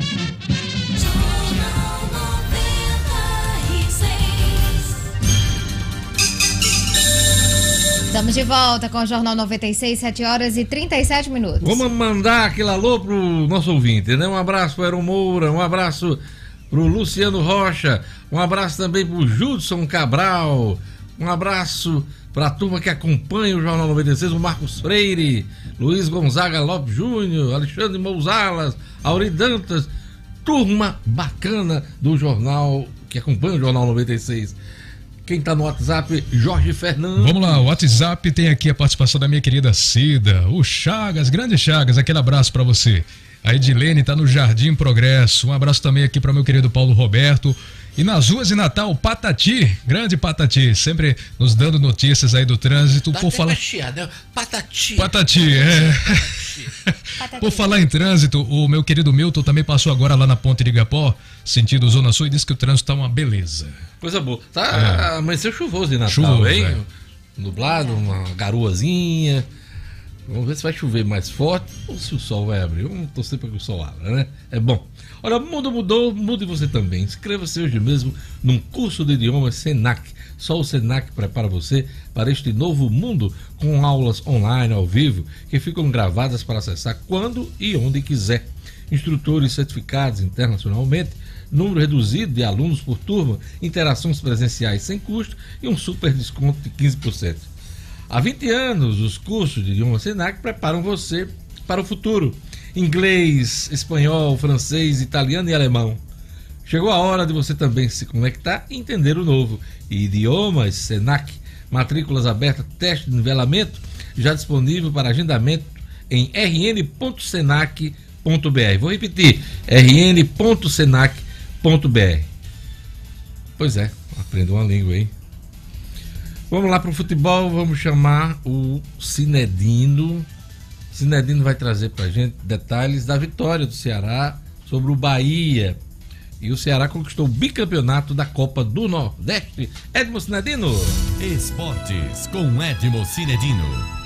Estamos de volta com o Jornal noventa e seis, sete horas e trinta e sete minutos.
Vamos mandar aquele alô pro nosso ouvinte, né? Um abraço pro Aaron Moura, um abraço pro Luciano Rocha, um abraço também pro Judson Cabral, um abraço pra turma que acompanha o Jornal noventa e seis, o Marcos Freire, Luiz Gonzaga Lopes Júnior, Alexandre Mousalas, Auri Dantas, turma bacana do jornal, que acompanha o Jornal noventa e seis. Quem tá no WhatsApp, Jorge Fernandes.
Vamos lá, o WhatsApp tem aqui a participação da minha querida Cida, o Chagas, grande Chagas, aquele abraço pra você. A Edilene tá no Jardim Progresso, um abraço também aqui para meu querido Paulo Roberto. E nas ruas de Natal, Patati, grande Patati, sempre nos dando notícias aí do trânsito.
Tá
por falar...
né? Patati.
Patati, é. Patati. Por falar em trânsito, o meu querido Milton também passou agora lá na Ponte de Igapó, sentido Zona Sul, e disse que o trânsito tá uma beleza.
Coisa boa. Tá, é. Amanheceu chuvoso de Natal, chuvoso, hein? É. Nublado, uma garoazinha. Vamos ver se vai chover mais forte ou se o sol vai abrir. Vamos torcer para que o sol abra, né? É bom. Olha, o mundo mudou, mude você também. Inscreva-se hoje mesmo num curso de idiomas Senac. Só o Senac prepara você para este novo mundo, com aulas online, ao vivo, que ficam gravadas para acessar quando e onde quiser. Instrutores certificados internacionalmente, número reduzido de alunos por turma, interações presenciais sem custo e um super desconto de quinze por cento. Há vinte anos, os cursos de idioma Senac preparam você para o futuro. Inglês, espanhol, francês, italiano e alemão. Chegou a hora de você também se conectar e entender o novo. Idiomas Senac, matrículas abertas, teste de nivelamento já disponível para agendamento em r n ponto senac ponto b r. Vou repetir, r n ponto senac ponto b r. Pois é, aprenda uma língua aí. Vamos lá para o futebol, vamos chamar o Cinedino. Cinedino vai trazer para a gente detalhes da vitória do Ceará sobre o Bahia. E o Ceará conquistou o bicampeonato da Copa do Nordeste. Edmo Cinedino.
Esportes com Edmo Cinedino.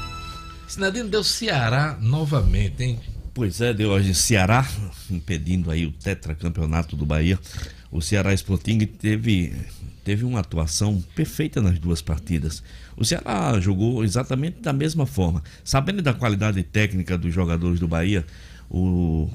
Cinedino deu Ceará novamente, hein?
Pois é, deu hoje Ceará, impedindo aí o tetracampeonato do Bahia. O Ceará Sporting teve, teve uma atuação perfeita nas duas partidas. O Ceará jogou exatamente da mesma forma. Sabendo da qualidade técnica dos jogadores do Bahia, o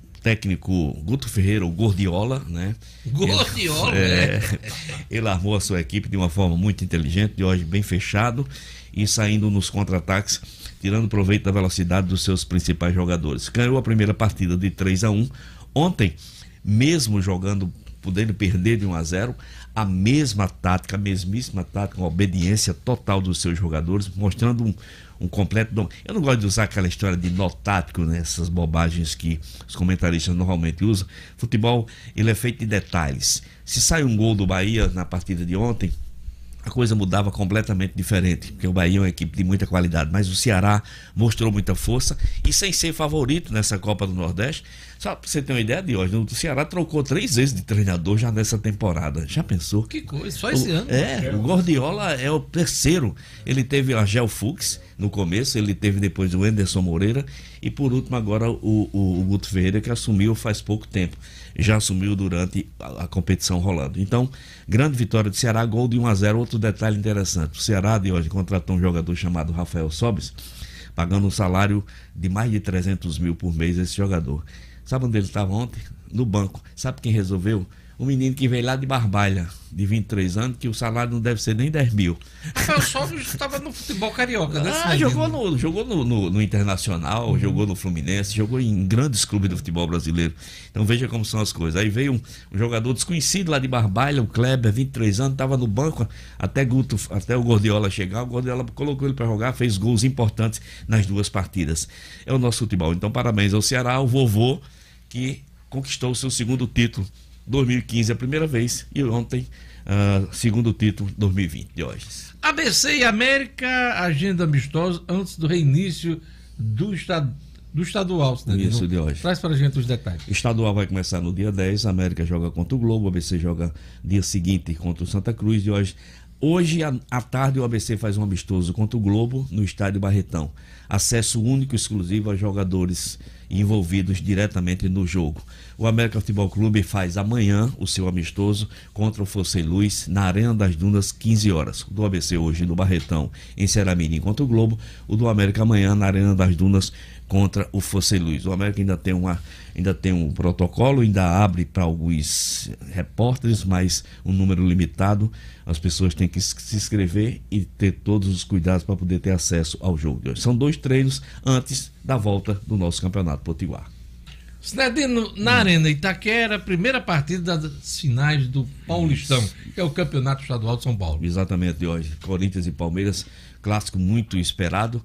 técnico Guto Ferreira, o Gordiola, né?
Gordiola,
ele, é,
é.
Ele armou a sua equipe de uma forma muito inteligente, de hoje bem fechado e saindo nos contra-ataques, tirando proveito da velocidade dos seus principais jogadores. Ganhou a primeira partida de três a um. Ontem, mesmo jogando, podendo perder de um a zero, a mesma tática, a mesmíssima tática, uma obediência total dos seus jogadores, mostrando um, um completo dom. Eu não gosto de usar aquela história de nó tático, né? Essas bobagens que os comentaristas normalmente usam. Futebol, ele é feito de detalhes. Se sai um gol do Bahia na partida de ontem, a coisa mudava completamente diferente, porque o Bahia é uma equipe de muita qualidade, mas o Ceará mostrou muita força e sem ser favorito nessa Copa do Nordeste. Só pra você ter uma ideia de hoje, o Ceará trocou três vezes de treinador já nessa temporada. Já pensou?
Que coisa, só esse
o,
ano.
É, o Gordiola é o terceiro. Ele teve o Argel Fux no começo, ele teve depois o Anderson Moreira e por último agora o, o, o Guto Ferreira, que assumiu faz pouco tempo. Já assumiu durante a, a competição rolando. Então, grande vitória do Ceará, gol de um a zero. Outro detalhe interessante, o Ceará de hoje contratou um jogador chamado Rafael Sobis, pagando um salário de mais de trezentos mil por mês esse jogador. Sabe onde ele estava ontem? No banco. Sabe quem resolveu? Um menino que veio lá de Barbalha, de vinte e três anos, que o salário não deve ser nem dez mil.
Rafael Sobis estava no futebol carioca, né?
Ah, jogou no, jogou no, no, no Internacional, uhum. Jogou no Fluminense, jogou em grandes clubes do futebol brasileiro. Então veja como são as coisas. Aí veio um, um jogador desconhecido lá de Barbalha, o Kleber, vinte e três anos, estava no banco até, Guto, até o Gordiola chegar. O Gordiola colocou ele para jogar, fez gols importantes nas duas partidas. É o nosso futebol. Então parabéns ao Ceará, ao vovô, que conquistou o seu segundo título. dois mil e quinze a primeira vez e ontem uh, segundo título dois mil e vinte de hoje.
A B C e América, agenda amistosa antes do reinício do, estad... do estadual.
Isso de hoje.
Traz pra gente os detalhes.
O estadual vai começar no dia dez, a América joga contra o Globo, a A B C joga dia seguinte contra o Santa Cruz de hoje. Hoje à tarde o A B C faz um amistoso contra o Globo no estádio Barretão. Acesso único e exclusivo a jogadores envolvidos diretamente no jogo. O América Futebol Clube faz amanhã o seu amistoso contra o Fosse Luz na Arena das Dunas, quinze horas. O do A B C hoje no Barretão, em Ceramirim contra o Globo. O do América amanhã na Arena das Dunas contra o Fosse Luz. O América ainda tem, uma, ainda tem um protocolo, ainda abre para alguns repórteres, mas um número limitado. As pessoas têm que se inscrever e ter todos os cuidados para poder ter acesso ao jogo de hoje. São dois treinos antes da volta do nosso Campeonato Potiguar.
Cinedino, na Arena Itaquera, primeira partida das finais do Paulistão, Isso. que é o Campeonato Estadual de São Paulo.
Exatamente, de hoje. Corinthians e Palmeiras, clássico muito esperado.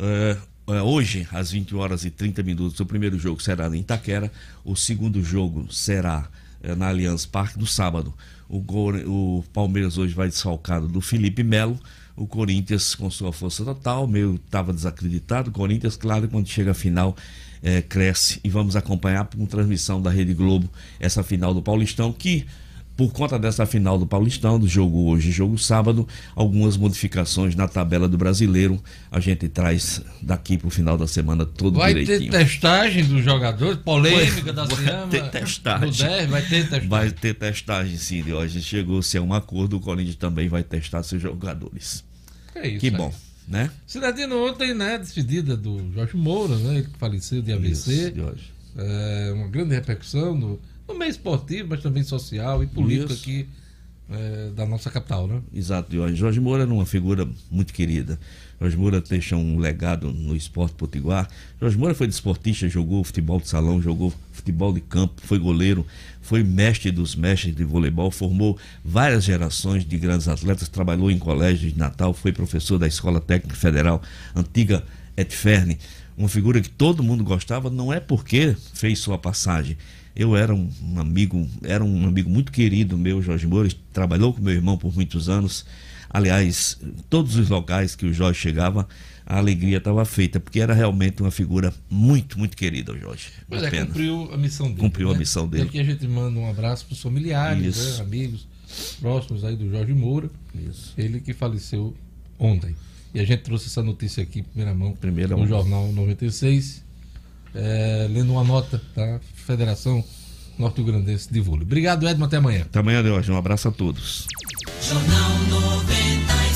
Uh, uh, hoje, às vinte horas e trinta minutos, o primeiro jogo será em Itaquera, o segundo jogo será uh, na Allianz Parque no sábado. O, o Palmeiras hoje vai desfalcado do Felipe Melo. O Corinthians com sua força total, meio estava desacreditado. O Corinthians, claro, quando chega a final, é, cresce. E vamos acompanhar com transmissão da Rede Globo essa final do Paulistão, que por conta dessa final do Paulistão, do jogo hoje e jogo sábado, algumas modificações na tabela do Brasileiro. A gente traz daqui pro final da semana todo
vai
direitinho.
Vai ter testagem dos jogadores, polêmica da
Ciama. Vai ter testagem.
dez, vai ter testagem.
Vai ter testagem, sim. De hoje chegou-se a um acordo, o Corinthians também vai testar seus jogadores.
É isso,
que
aí.
bom, né?
Cinedino, ontem, né, despedida do Jorge Moura, né, ele que faleceu de A V C.
Isso, de hoje.
É, uma grande repercussão no, no meio esportivo, mas também social e político
isso.
aqui é, da nossa capital, né?
Exato, Jorge. Jorge Moura era uma figura muito querida. Jorge Moura deixa um legado no esporte potiguar. Jorge Moura foi desportista, jogou futebol de salão, jogou futebol de campo, foi goleiro, foi mestre dos mestres de voleibol, formou várias gerações de grandes atletas, trabalhou em colégio de Natal, foi professor da Escola Técnica Federal, antiga Etferne. Uma figura que todo mundo gostava, não é porque fez sua passagem. Eu era um, um amigo, era um amigo muito querido meu, Jorge Moura, trabalhou com meu irmão por muitos anos. Aliás, todos os locais que o Jorge chegava, a alegria estava feita, porque era realmente uma figura muito, muito querida, o Jorge.
Mas é, cumpriu a missão dele.
Cumpriu
né?
a missão dele.
E aqui a gente manda um abraço para os familiares, né, amigos próximos aí do Jorge Moura.
Isso.
Ele que faleceu ontem. E a gente trouxe essa notícia aqui em primeira mão,
primeira
no
mão.
Jornal noventa e seis, é, lendo uma nota da Federação Norte-Grandense de Vôlei. Obrigado, Edmo, até amanhã.
Até amanhã, Jorge. Um abraço a todos.
Jornal noventa e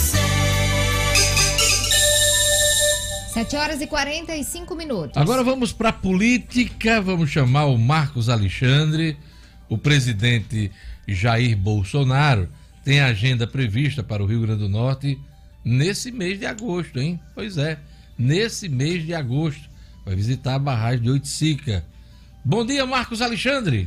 seis.
sete horas e quarenta e cinco minutos.
Agora vamos para a política, vamos chamar o Marcos Alexandre. O presidente Jair Bolsonaro tem agenda prevista para o Rio Grande do Norte nesse mês de agosto, hein? Pois é, nesse mês de agosto. Vai visitar a barragem de Oiticica. Bom dia, Marcos Alexandre.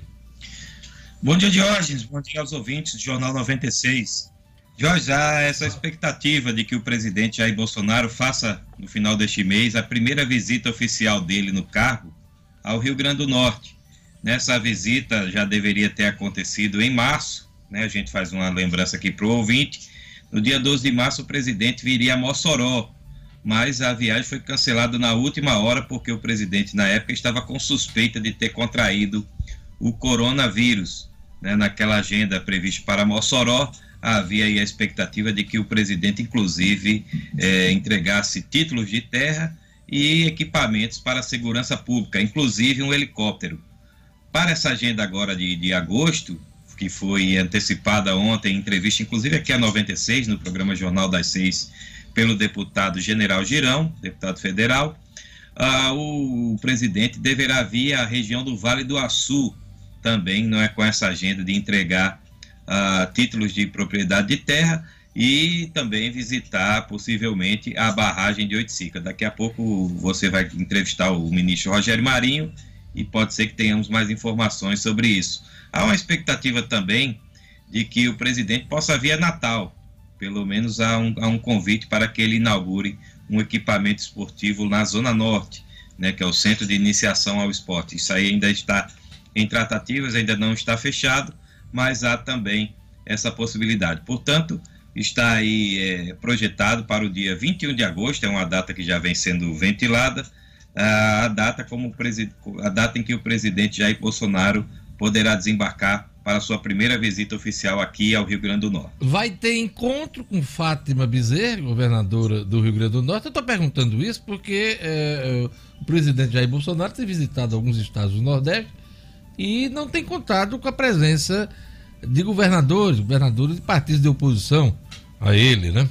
Bom dia, Diógenes. Bom dia aos ouvintes do Jornal noventa e seis. Jorge, há essa expectativa de que o presidente Jair Bolsonaro faça, no final deste mês, a primeira visita oficial dele no cargo ao Rio Grande do Norte. Nessa visita já deveria ter acontecido em março, né? A gente faz uma lembrança aqui para o ouvinte. No dia doze de março, o presidente viria a Mossoró, mas a viagem foi cancelada na última hora porque o presidente, na época, estava com suspeita de ter contraído o coronavírus. Né? Naquela agenda prevista para Mossoró, havia aí a expectativa de que o presidente, inclusive, eh, entregasse títulos de terra e equipamentos para a segurança pública, inclusive um helicóptero. Para essa agenda agora de, de agosto, que foi antecipada ontem, em entrevista, inclusive aqui a noventa e seis, no programa Jornal das Seis, pelo deputado General Girão, deputado federal, ah, o, o presidente deverá vir à região do Vale do Açu, também não é com essa agenda de entregar ah, títulos de propriedade de terra e também visitar possivelmente a barragem de Oiticica. Daqui a pouco você vai entrevistar o ministro Rogério Marinho e pode ser que tenhamos mais informações sobre isso. Há uma expectativa também de que o presidente possa vir a Natal. Pelo menos há um, há um convite para que ele inaugure um equipamento esportivo na Zona Norte, né, que é o Centro de Iniciação ao Esporte. Isso aí ainda está em tratativas, ainda não está fechado, mas há também essa possibilidade. Portanto, está aí é, projetado para o dia vinte e um de agosto, é uma data que já vem sendo ventilada, a data, como a data em que o presidente Jair Bolsonaro poderá desembarcar para a sua primeira visita oficial aqui ao Rio Grande do Norte.
Vai ter encontro com Fátima Bezerra, governadora do Rio Grande do Norte. Eu estou perguntando isso porque é, o presidente Jair Bolsonaro tem visitado alguns estados do Nordeste e não tem contado com a presença de governadores, governadores de partidos de oposição a ele, né?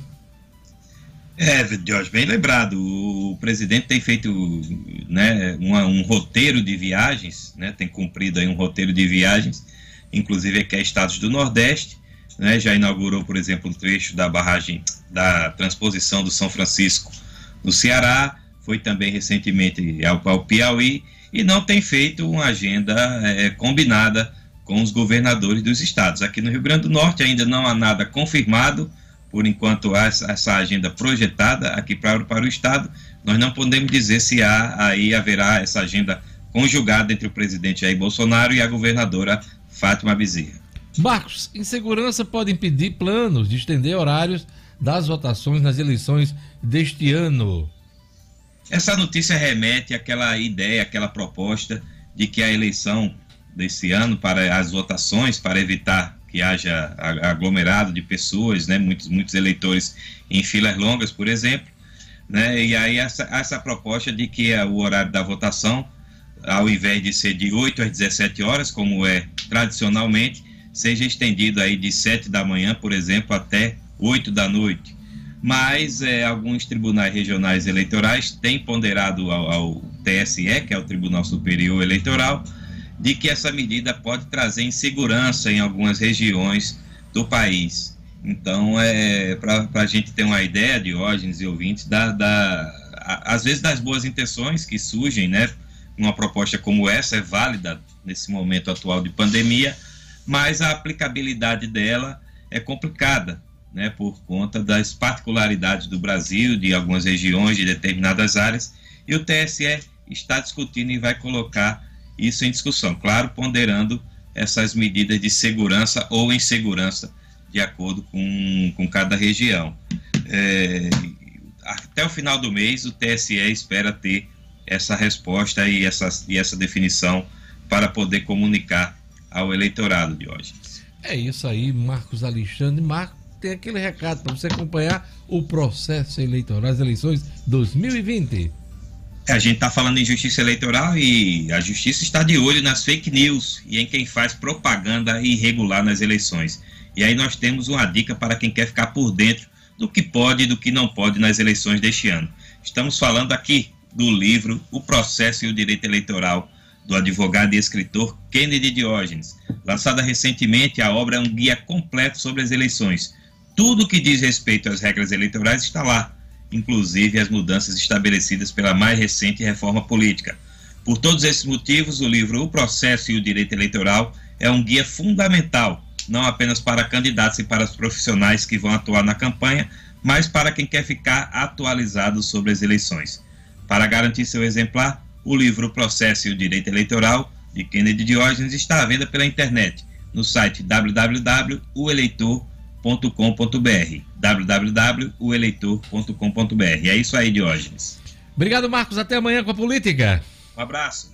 É, Jorge, bem lembrado. O presidente tem feito, né, uma, um roteiro de viagens, né, tem cumprido aí um roteiro de viagens, inclusive aqui a estados do Nordeste, né, já inaugurou, por exemplo, um trecho da barragem da transposição do São Francisco no Ceará, foi também recentemente ao, ao Piauí e não tem feito uma agenda é, combinada com os governadores dos estados. Aqui no Rio Grande do Norte ainda não há nada confirmado. Por enquanto há essa agenda projetada aqui para, para o Estado, nós não podemos dizer se há, aí haverá essa agenda conjugada entre o presidente Jair Bolsonaro e a governadora Fátima Bezerra.
Marcos, insegurança pode impedir planos de estender horários das votações nas eleições deste ano.
Essa notícia remete àquela ideia, àquela proposta de que a eleição desse ano para as votações, para evitar que haja aglomerado de pessoas, né, muitos, muitos eleitores em filas longas, por exemplo, né, e aí essa, essa proposta de que o horário da votação, ao invés de ser de oito às dezessete horas, como é tradicionalmente, seja estendido aí de sete da manhã, por exemplo, até oito da noite. Mas é, alguns tribunais regionais eleitorais têm ponderado ao, ao T S E, que é o Tribunal Superior Eleitoral, de que essa medida pode trazer insegurança em algumas regiões do país. Então, é, para a gente ter uma ideia, Diógenes e ouvintes, da, da, a, às vezes das boas intenções que surgem, né? Uma proposta como essa é válida nesse momento atual de pandemia, mas a aplicabilidade dela é complicada, né? Por conta das particularidades do Brasil, de algumas regiões, de determinadas áreas, e o T S E está discutindo e vai colocar isso em discussão, claro, ponderando essas medidas de segurança ou insegurança de acordo com, com cada região. É, até o final do mês, o T S E espera ter essa resposta e essa, e essa definição para poder comunicar ao eleitorado, Diógenes.
É isso aí, Marcos Alexandre. Marcos, tem aquele recado para você acompanhar o processo eleitoral, as eleições dois mil e vinte.
A gente está falando em justiça eleitoral e a justiça está de olho nas fake news e em quem faz propaganda irregular nas eleições. E aí nós temos uma dica para quem quer ficar por dentro do que pode e do que não pode nas eleições deste ano. Estamos falando aqui do livro O Processo e o Direito Eleitoral, do advogado e escritor Kennedy Diógenes. Lançada recentemente, a obra é um guia completo sobre as eleições. Tudo que diz respeito às regras eleitorais está lá, inclusive as mudanças estabelecidas pela mais recente reforma política. Por todos esses motivos, o livro O Processo e o Direito Eleitoral é um guia fundamental, não apenas para candidatos e para os profissionais que vão atuar na campanha, mas para quem quer ficar atualizado sobre as eleições. Para garantir seu exemplar, o livro O Processo e o Direito Eleitoral, de Kennedy Diógenes, está à venda pela internet, no site w w w ponto o eleitor ponto com ponto b r, w w w ponto o eleitor ponto com ponto b r. É isso aí, Diógenes.
Obrigado, Marcos. Até amanhã com a política.
Um abraço.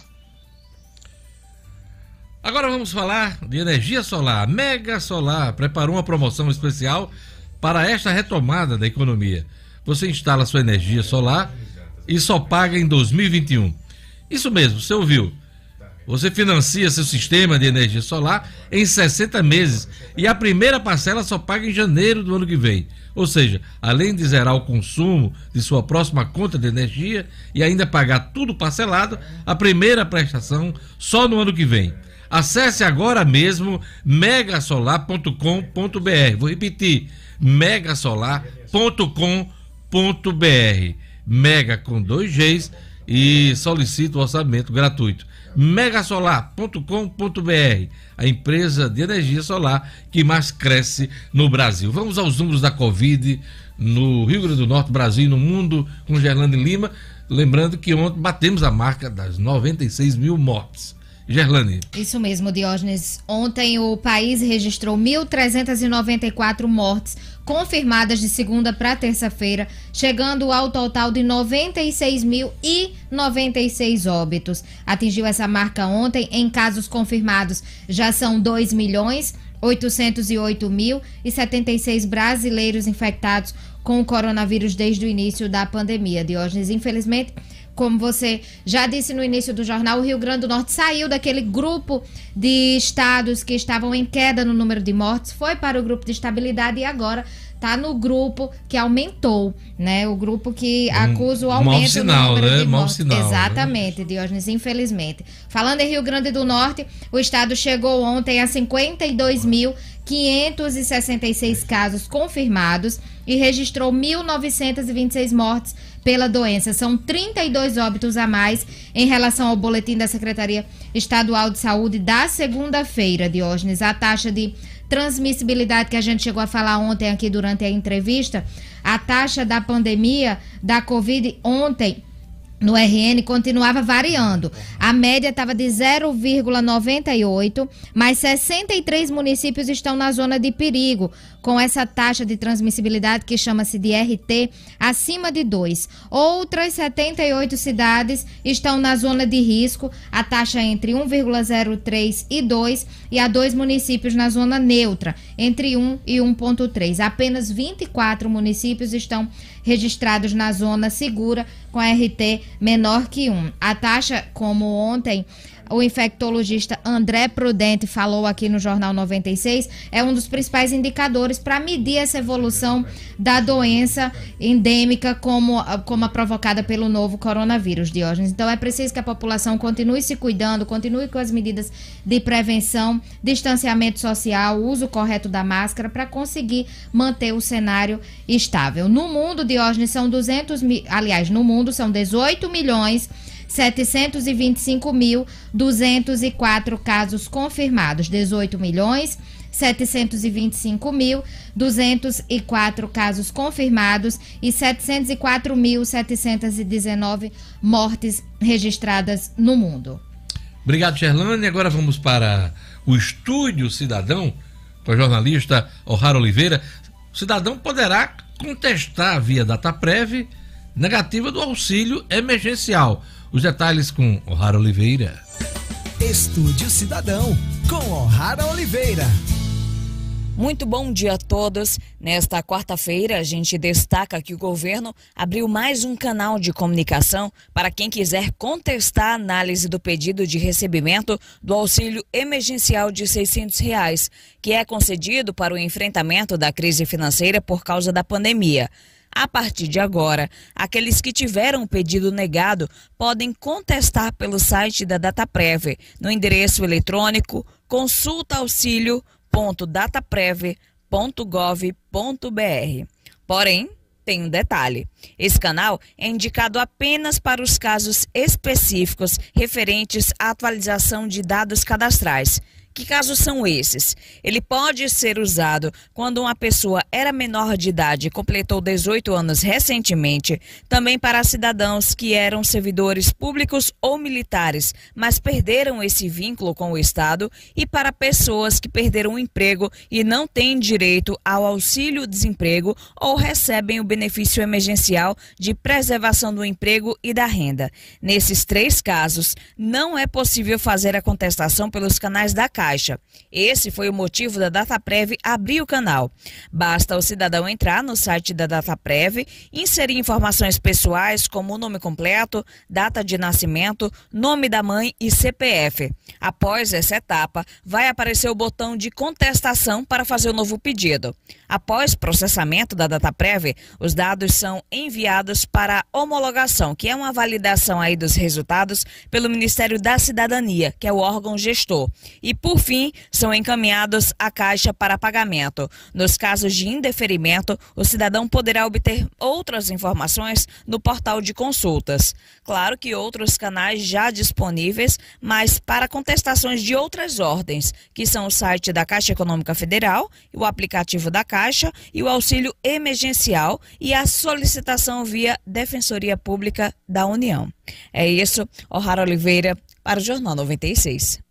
Agora vamos falar de energia solar. Mega Solar preparou uma promoção especial para esta retomada da economia. Você instala sua energia solar e só paga em dois mil e vinte e um. Isso mesmo, você ouviu. Você financia seu sistema de energia solar em sessenta meses e a primeira parcela só paga em janeiro do ano que vem. Ou seja, além de zerar o consumo de sua próxima conta de energia e ainda pagar tudo parcelado, a primeira prestação só no ano que vem. Acesse agora mesmo mega solar ponto com ponto b r. Vou repetir, mega solar ponto com ponto b r. Mega com dois Gs e solicita o orçamento gratuito. mega solar ponto com ponto b r, a empresa de energia solar que mais cresce no Brasil. Vamos aos números da Covid no Rio Grande do Norte, Brasil e no mundo com Gerlane Lima. Lembrando que ontem batemos a marca das noventa e seis mil mortes. Gerlane.
Isso mesmo, Diógenes. Ontem o país registrou mil trezentas e noventa e quatro mortes confirmadas de segunda para terça-feira, chegando ao total de noventa e seis mil e noventa e seis óbitos. Atingiu essa marca ontem. Em casos confirmados, já são dois milhões oitocentos e oito mil e setenta e seis brasileiros infectados com o coronavírus desde o início da pandemia. Diógenes, infelizmente, como você já disse no início do jornal, o Rio Grande do Norte saiu daquele grupo de estados que estavam em queda no número de mortes, foi para o grupo de estabilidade e agora está no grupo que aumentou, né? O grupo que acusa o aumento
sinal,
do número
né?
de mortes.
Sinal,
exatamente, né? Diógenes, infelizmente. Falando em Rio Grande do Norte, o estado chegou ontem a cinquenta e dois mil quinhentos e sessenta e seis casos confirmados e registrou mil novecentos e vinte e seis mortes pela doença. São trinta e dois óbitos a mais em relação ao boletim da Secretaria Estadual de Saúde da segunda-feira, Diógenes. A taxa de transmissibilidade que a gente chegou a falar ontem aqui durante a entrevista, a taxa da pandemia da Covid ontem no R N continuava variando. A média estava de zero vírgula noventa e oito, mas sessenta e três municípios estão na zona de perigo, com essa taxa de transmissibilidade que chama-se de R T acima de dois. Outras setenta e oito cidades estão na zona de risco, a taxa entre um vírgula zero três e dois, e há dois municípios na zona neutra, entre um e um vírgula três. Apenas vinte e quatro municípios estão registrados na zona segura, com a R T menor que um. A taxa, como ontem o infectologista André Prudente falou aqui no Jornal noventa e seis, é um dos principais indicadores para medir essa evolução da doença endêmica como, como a provocada pelo novo coronavírus, Diógenes. Então é preciso que a população continue se cuidando, continue com as medidas de prevenção, distanciamento social, uso correto da máscara para conseguir manter o cenário estável. No mundo, Diógenes, são duzentos mil, aliás, no mundo são dezoito milhões setecentos e vinte e cinco mil duzentos e quatro casos confirmados, dezoito milhões setecentos e vinte e cinco mil duzentos e quatro casos confirmados e setecentos e quatro mil setecentos e dezenove mortes registradas no mundo.
Obrigado, Gerlane. Agora vamos para o Estúdio Cidadão com a jornalista O'Hara Oliveira. O cidadão poderá contestar via DataPrev negativa do auxílio emergencial. Os detalhes com O'Hara Oliveira.
Estúdio Cidadão, com O'Hara Oliveira.
Muito bom dia a todos. Nesta quarta-feira, a gente destaca que o governo abriu mais um canal de comunicação para quem quiser contestar a análise do pedido de recebimento do auxílio emergencial de seiscentos reais, que é concedido para o enfrentamento da crise financeira por causa da pandemia. A partir de agora, aqueles que tiveram o pedido negado podem contestar pelo site da DataPrev, no endereço eletrônico consulta auxílio ponto dataprev ponto gov ponto br. Porém, tem um detalhe: esse canal é indicado apenas para os casos específicos referentes à atualização de dados cadastrais. Que casos são esses? Ele pode ser usado quando uma pessoa era menor de idade e completou dezoito anos recentemente, também para cidadãos que eram servidores públicos ou militares, mas perderam esse vínculo com o Estado, e para pessoas que perderam o emprego e não têm direito ao auxílio-desemprego ou recebem o benefício emergencial de preservação do emprego e da renda. Nesses três casos, não é possível fazer a contestação pelos canais da Caixa. Esse foi o motivo da DataPrev abrir o canal. Basta o cidadão entrar no site da DataPrev, inserir informações pessoais como o nome completo, data de nascimento, nome da mãe e C P F. Após essa etapa, vai aparecer o botão de contestação para fazer o novo pedido. Após processamento da DataPrev, os dados são enviados para homologação, que é uma validação aí dos resultados pelo Ministério da Cidadania, que é o órgão gestor. E, por fim, são encaminhados à Caixa para pagamento. Nos casos de indeferimento, o cidadão poderá obter outras informações no portal de consultas. Claro que outros canais já disponíveis, mas para contestações de outras ordens, que são o site da Caixa Econômica Federal, o aplicativo da Caixa e o auxílio emergencial e a solicitação via Defensoria Pública da União. É isso, O'Hara Oliveira, para o Jornal noventa e seis.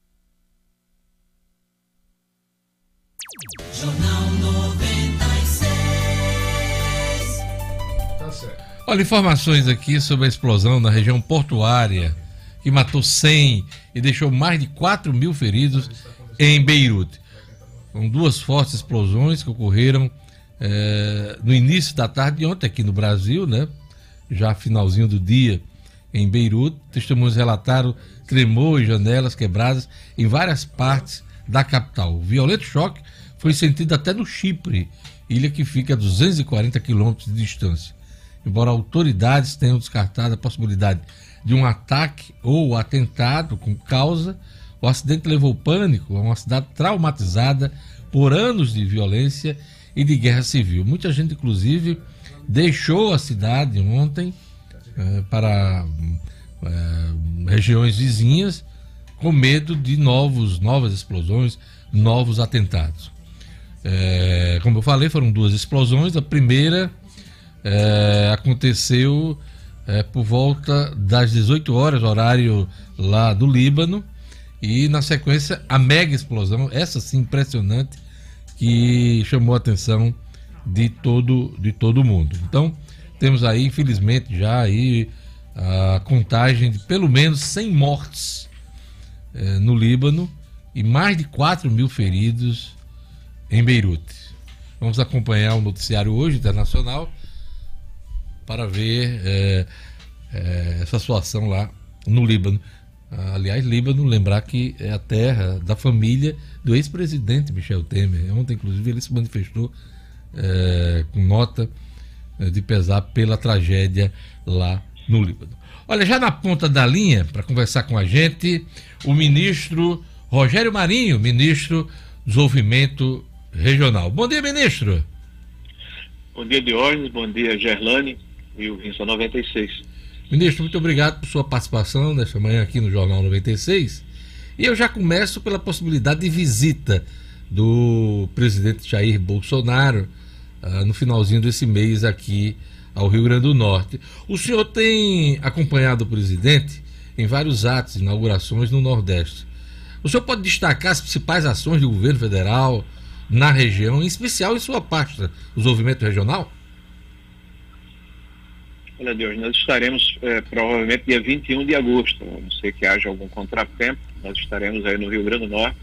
Jornal noventa e seis.
Tá certo.
Olha, informações aqui sobre a explosão na região portuária que matou cem e deixou mais de quatro mil feridos em Beirute. Foram duas fortes explosões que ocorreram eh, no início da tarde de ontem aqui no Brasil, né? Já finalzinho do dia em Beirute. Testemunhos relataram tremor e janelas quebradas em várias partes da capital. O violento choque foi sentido até no Chipre, ilha que fica a duzentos e quarenta quilômetros de distância. Embora autoridades tenham descartado a possibilidade de um ataque ou atentado com causa, o acidente levou pânico a uma cidade traumatizada por anos de violência e de guerra civil. Muita gente, inclusive, deixou a cidade ontem eh, para eh, regiões vizinhas com medo de novos, novas explosões, novos atentados. É, como eu falei, foram duas explosões. A primeira é, aconteceu é, por volta das dezoito horas, horário lá do Líbano, e na sequência a mega explosão, essa sim impressionante, que chamou a atenção de todo, de todo mundo. Então temos aí, infelizmente, já aí a contagem de pelo menos cem mortes é, no Líbano e mais de quatro mil feridos em Beirute. Vamos acompanhar o noticiário hoje internacional para ver é, é, essa situação lá no Líbano. Aliás, Líbano, lembrar que é a terra da família do ex-presidente Michel Temer. Ontem, inclusive, ele se manifestou é, com nota de pesar pela tragédia lá no Líbano. Olha, já na ponta da linha, para conversar com a gente, o ministro Rogério Marinho, ministro do Desenvolvimento Regional. Bom dia, ministro.
Bom dia, Diógenes. Bom dia, Gerlane e o Vinça noventa e seis.
Ministro, muito obrigado por sua participação nesta manhã aqui no Jornal noventa e seis. E eu já começo pela possibilidade de visita do presidente Jair Bolsonaro uh, no finalzinho desse mês aqui ao Rio Grande do Norte. O senhor tem acompanhado o presidente em vários atos, inaugurações no Nordeste. O senhor pode destacar as principais ações do governo federal na região, em especial em sua pasta, o desenvolvimento regional?
Olha, Deus, nós estaremos é, provavelmente dia vinte e um de agosto, a não ser que haja algum contratempo, nós estaremos aí no Rio Grande do Norte,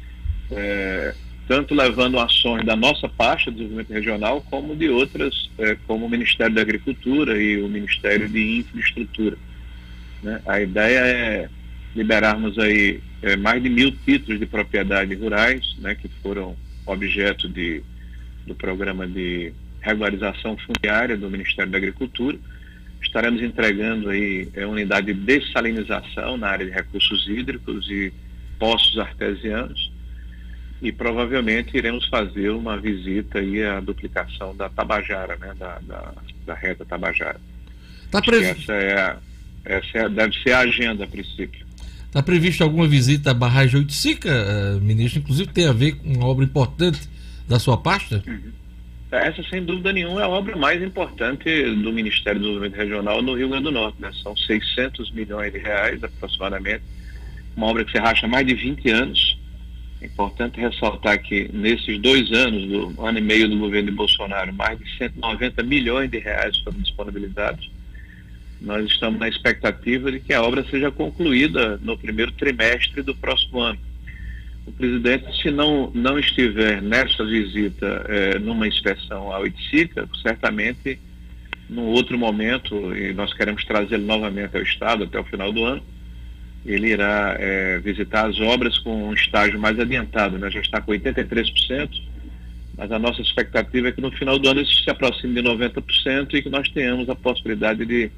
é, tanto levando ações da nossa pasta de desenvolvimento regional, como de outras, é, como o Ministério da Agricultura e o Ministério de Infraestrutura. Né? A ideia é liberarmos aí é, mais de mil títulos de propriedade rurais, né, que foram objeto de, do programa de regularização fundiária do Ministério da Agricultura. Estaremos entregando aí é, unidade de dessalinização na área de recursos hídricos e poços artesianos, e provavelmente iremos fazer uma visita aí à duplicação da Tabajara, né, da, da, da reta Tabajara.
Tá previsto...
Essa, é a, essa é, deve ser a agenda a princípio.
Está previsto alguma visita à barragem Oiticica, uh, ministro? Inclusive tem a ver com uma obra importante da sua pasta?
Uhum. Essa, sem dúvida nenhuma, é a obra mais importante do Ministério do Desenvolvimento Regional no Rio Grande do Norte, né? São seiscentos milhões de reais aproximadamente, uma obra que se arrasta mais de vinte anos. É importante ressaltar que nesses dois anos, do ano e meio do governo de Bolsonaro, mais de cento e noventa milhões de reais foram disponibilizados. Nós estamos na expectativa de que a obra seja concluída no primeiro trimestre do próximo ano. O presidente, se não, não estiver nessa visita, é, numa inspeção à Oiticica, certamente, num outro momento, e nós queremos trazê-lo novamente ao Estado até o final do ano, ele irá é, visitar as obras com um estágio mais adiantado, né? Já está com oitenta e três por cento, mas a nossa expectativa é que no final do ano isso se aproxime de noventa por cento e que nós tenhamos a possibilidade de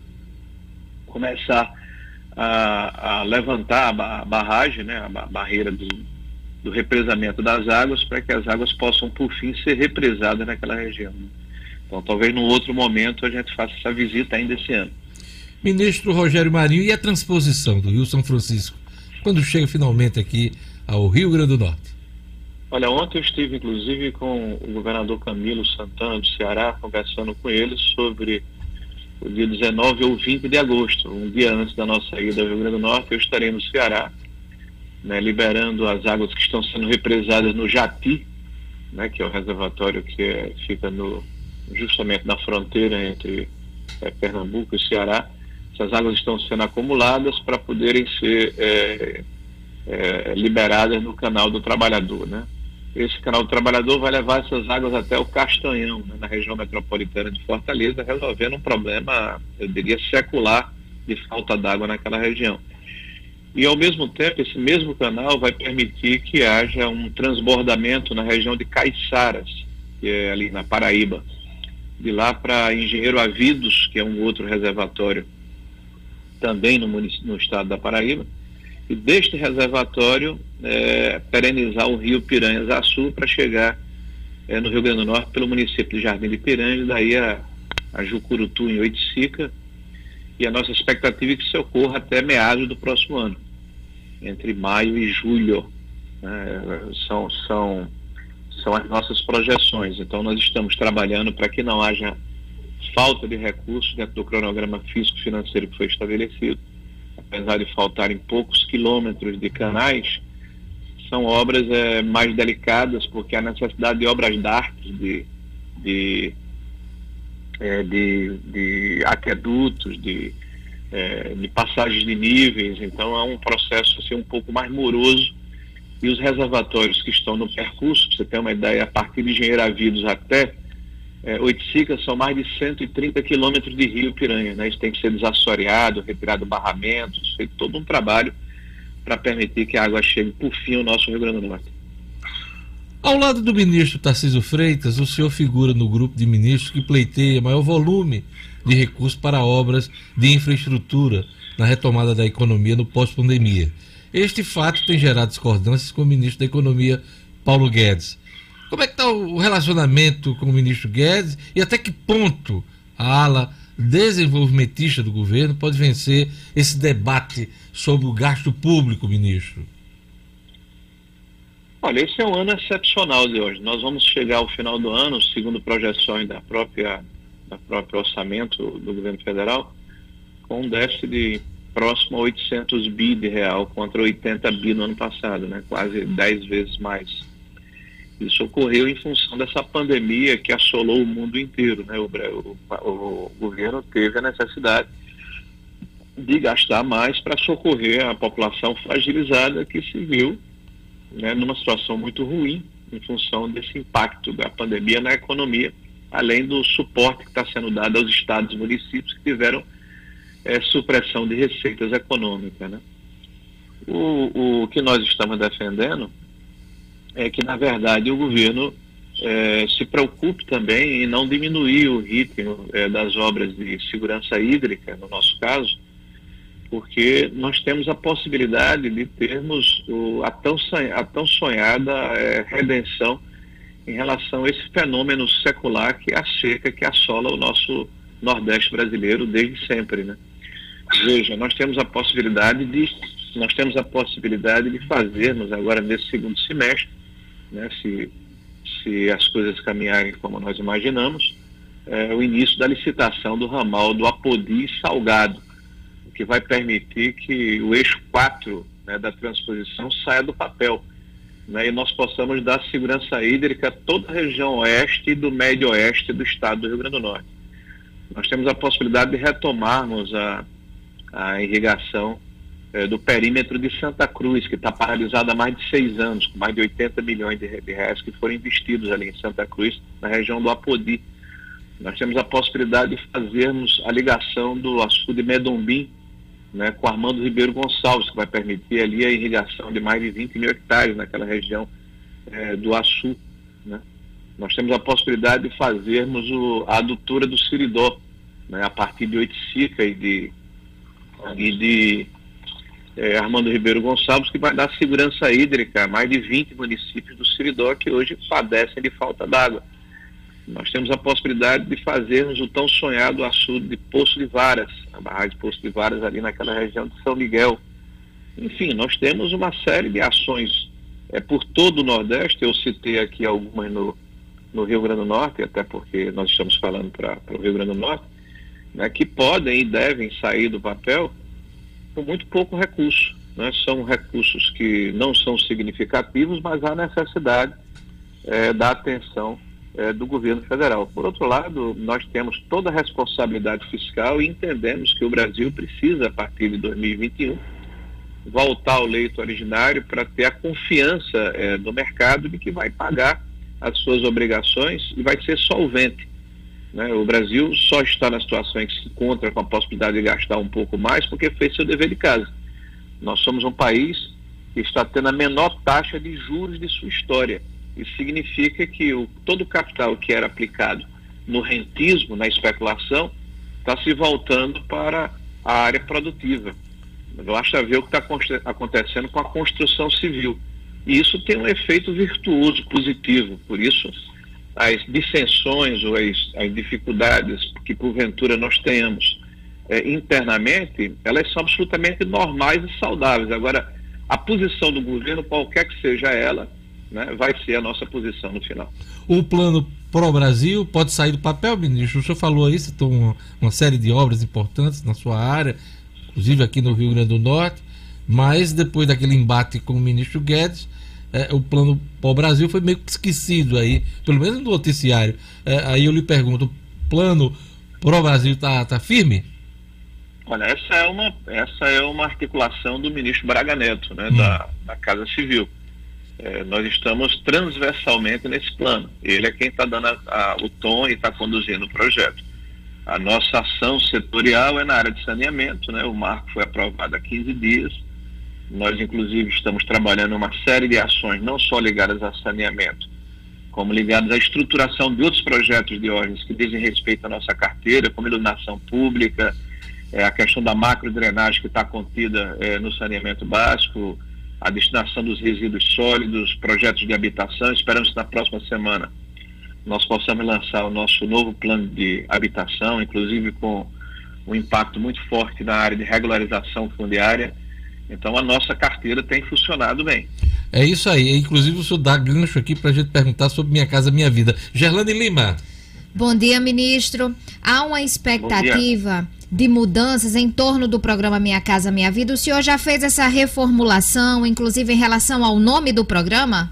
começar a, a levantar a barragem, né? A barreira do do represamento das águas, para que as águas possam, por fim, ser represadas naquela região. Então, talvez num outro momento a gente faça essa visita ainda esse ano.
Ministro Rogério Marinho, e a transposição do Rio São Francisco, quando chega finalmente aqui ao Rio Grande do Norte?
Olha, ontem eu estive, inclusive, com o governador Camilo Santana, do Ceará, conversando com ele sobre o dia dezenove ou vinte de agosto, um dia antes da nossa ida ao Rio Grande do Norte. Eu estarei no Ceará, né, liberando as águas que estão sendo represadas no Jati, né, que é o reservatório que é, fica no, justamente na fronteira entre é, Pernambuco e Ceará. Essas águas estão sendo acumuladas para poderem ser é, é, liberadas no Canal do Trabalhador, né? Esse Canal do Trabalhador vai levar essas águas até o Castanhão, né, na região metropolitana de Fortaleza, resolvendo um problema, eu diria, secular de falta d'água naquela região. E, ao mesmo tempo, esse mesmo canal vai permitir que haja um transbordamento na região de Caiçaras, que é ali na Paraíba, de lá para Engenheiro Avidos, que é um outro reservatório também no, no estado da Paraíba, e deste reservatório é, perenizar o rio Piranhas-Açu para chegar é, no Rio Grande do Norte pelo município de Jardim de Piranhas, daí a, a Jucurutu, em Oiticica. E a nossa expectativa é que isso ocorra até meados do próximo ano, entre maio e julho, né? São, são, são as nossas projeções. Então nós estamos trabalhando para que não haja falta de recursos dentro do cronograma físico-financeiro que foi estabelecido. Apesar de faltarem poucos quilômetros de canais, são obras é, mais delicadas, porque há necessidade de obras d'arte, de... de É, de, de aquedutos, de, é, de passagens de níveis. Então é um processo assim, um pouco mais moroso, e os reservatórios que estão no percurso, para você ter uma ideia, a partir de Engenheiro Avidos até é, Oiticica, são mais de cento e trinta quilômetros de rio Piranha, né? Isso tem que ser desassoreado, retirado barramentos, feito todo um trabalho para permitir que a água chegue por fim ao nosso Rio Grande do Norte.
Ao lado do ministro Tarcísio Freitas, o senhor figura no grupo de ministros que pleiteia maior volume de recursos para obras de infraestrutura na retomada da economia no pós-pandemia. Este fato tem gerado discordâncias com o ministro da Economia, Paulo Guedes. Como é que está o relacionamento com o ministro Guedes e até que ponto a ala desenvolvimentista do governo pode vencer esse debate sobre o gasto público, ministro?
Olha, esse é um ano excepcional de hoje. Nós vamos chegar ao final do ano, segundo projeções da própria, da própria orçamento do governo federal, com um déficit de próximo a oitocentos bi de real contra oitenta bi no ano passado, né? Quase dez vezes mais. Isso ocorreu em função dessa pandemia que assolou o mundo inteiro, né? O, o, o governo teve a necessidade de gastar mais para socorrer a população fragilizada que se viu, né, numa situação muito ruim em função desse impacto da pandemia na economia, além do suporte que está sendo dado aos estados e municípios que tiveram é, supressão de receitas econômicas, né? O, o que nós estamos defendendo é que, na verdade, o governo é, se preocupe também em não diminuir o ritmo é, das obras de segurança hídrica, no nosso caso, porque nós temos a possibilidade de termos o, a, tão, a tão sonhada é, redenção em relação a esse fenômeno secular que é a seca que assola o nosso Nordeste brasileiro desde sempre, né? Veja, nós temos a possibilidade de nós temos a possibilidade de fazermos agora nesse segundo semestre, né, se, se as coisas caminharem como nós imaginamos, é, o início da licitação do ramal do Apodi e Salgado, que vai permitir que o eixo quatro, né, da transposição saia do papel, né, e nós possamos dar segurança hídrica a toda a região oeste e do médio oeste do estado do Rio Grande do Norte. Nós temos a possibilidade de retomarmos a, a irrigação eh, do perímetro de Santa Cruz, que está paralisado há mais de seis anos, com mais de oitenta milhões de, de reais que foram investidos ali em Santa Cruz, na região do Apodi. Nós temos a possibilidade de fazermos a ligação do açude de Medombim, né, com Armando Ribeiro Gonçalves, que vai permitir ali a irrigação de mais de vinte mil hectares naquela região eh, do Açu, né? Nós temos a possibilidade de fazermos o, a adutora do Siridó, né, a partir de Oiticica e de, e de eh, Armando Ribeiro Gonçalves, que vai dar segurança hídrica a mais de vinte municípios do Siridó que hoje padecem de falta d'água. Nós temos a possibilidade de fazermos o tão sonhado açude de Poço de Varas, a barragem de Poço de Varas ali naquela região de São Miguel. Enfim, nós temos uma série de ações é, por todo o Nordeste. Eu citei aqui algumas no, no Rio Grande do Norte, até porque nós estamos falando para o Rio Grande do Norte, né, que podem e devem sair do papel com muito pouco recurso, né? São recursos que não são significativos, mas há necessidade é, da atenção É, do governo federal. Por outro lado, nós temos toda a responsabilidade fiscal e entendemos que o Brasil precisa, a partir de dois mil e vinte e um, voltar ao leito originário para ter a confiança é, do mercado de que vai pagar as suas obrigações e vai ser solvente, né? O Brasil só está na situação em que se encontra com a possibilidade de gastar um pouco mais porque fez seu dever de casa. Nós somos um país que está tendo a menor taxa de juros de sua história. Isso significa que o, todo o capital que era aplicado no rentismo, na especulação, está se voltando para a área produtiva. Basta ver o que está acontecendo com a construção civil. E isso tem um efeito virtuoso, positivo. Por isso, as dissensões ou as, as dificuldades que porventura nós tenhamos é, internamente, elas são absolutamente normais e saudáveis. Agora, a posição do governo, qualquer que seja ela, né, vai ser a nossa posição no final.
O plano Pro Brasil pode sair do papel, ministro? O senhor falou aí, citou uma, uma série de obras importantes na sua área, inclusive aqui no Rio Grande do Norte, mas depois daquele embate com o ministro Guedes, é, o plano Pro Brasil foi meio que esquecido aí, pelo menos no noticiário. É, aí eu lhe pergunto, o plano Pro Brasil está tá firme?
Olha, essa é uma, essa é uma articulação do ministro Braga Neto, né, hum. da, da Casa Civil. É, nós estamos transversalmente nesse plano. Ele é quem está dando a, a, o tom e está conduzindo o projeto. A nossa ação setorial é na área de saneamento, né? O marco foi aprovado há quinze dias. Nós, inclusive, estamos trabalhando uma série de ações, não só ligadas a saneamento, como ligadas à estruturação de outros projetos, Diógenes, que dizem respeito à nossa carteira, como iluminação pública, é, a questão da macrodrenagem que está contida é, no saneamento básico, a destinação dos resíduos sólidos, projetos de habitação. Esperamos que na próxima semana nós possamos lançar o nosso novo plano de habitação, inclusive com um impacto muito forte na área de regularização fundiária. Então a nossa carteira tem funcionado bem.
É isso aí. Inclusive o senhor dá gancho aqui para a gente perguntar sobre Minha Casa Minha Vida. Gerlane Lima.
Bom dia, ministro. Há uma expectativa de mudanças em torno do programa Minha Casa Minha Vida. O senhor já fez essa reformulação, inclusive em relação ao nome do programa?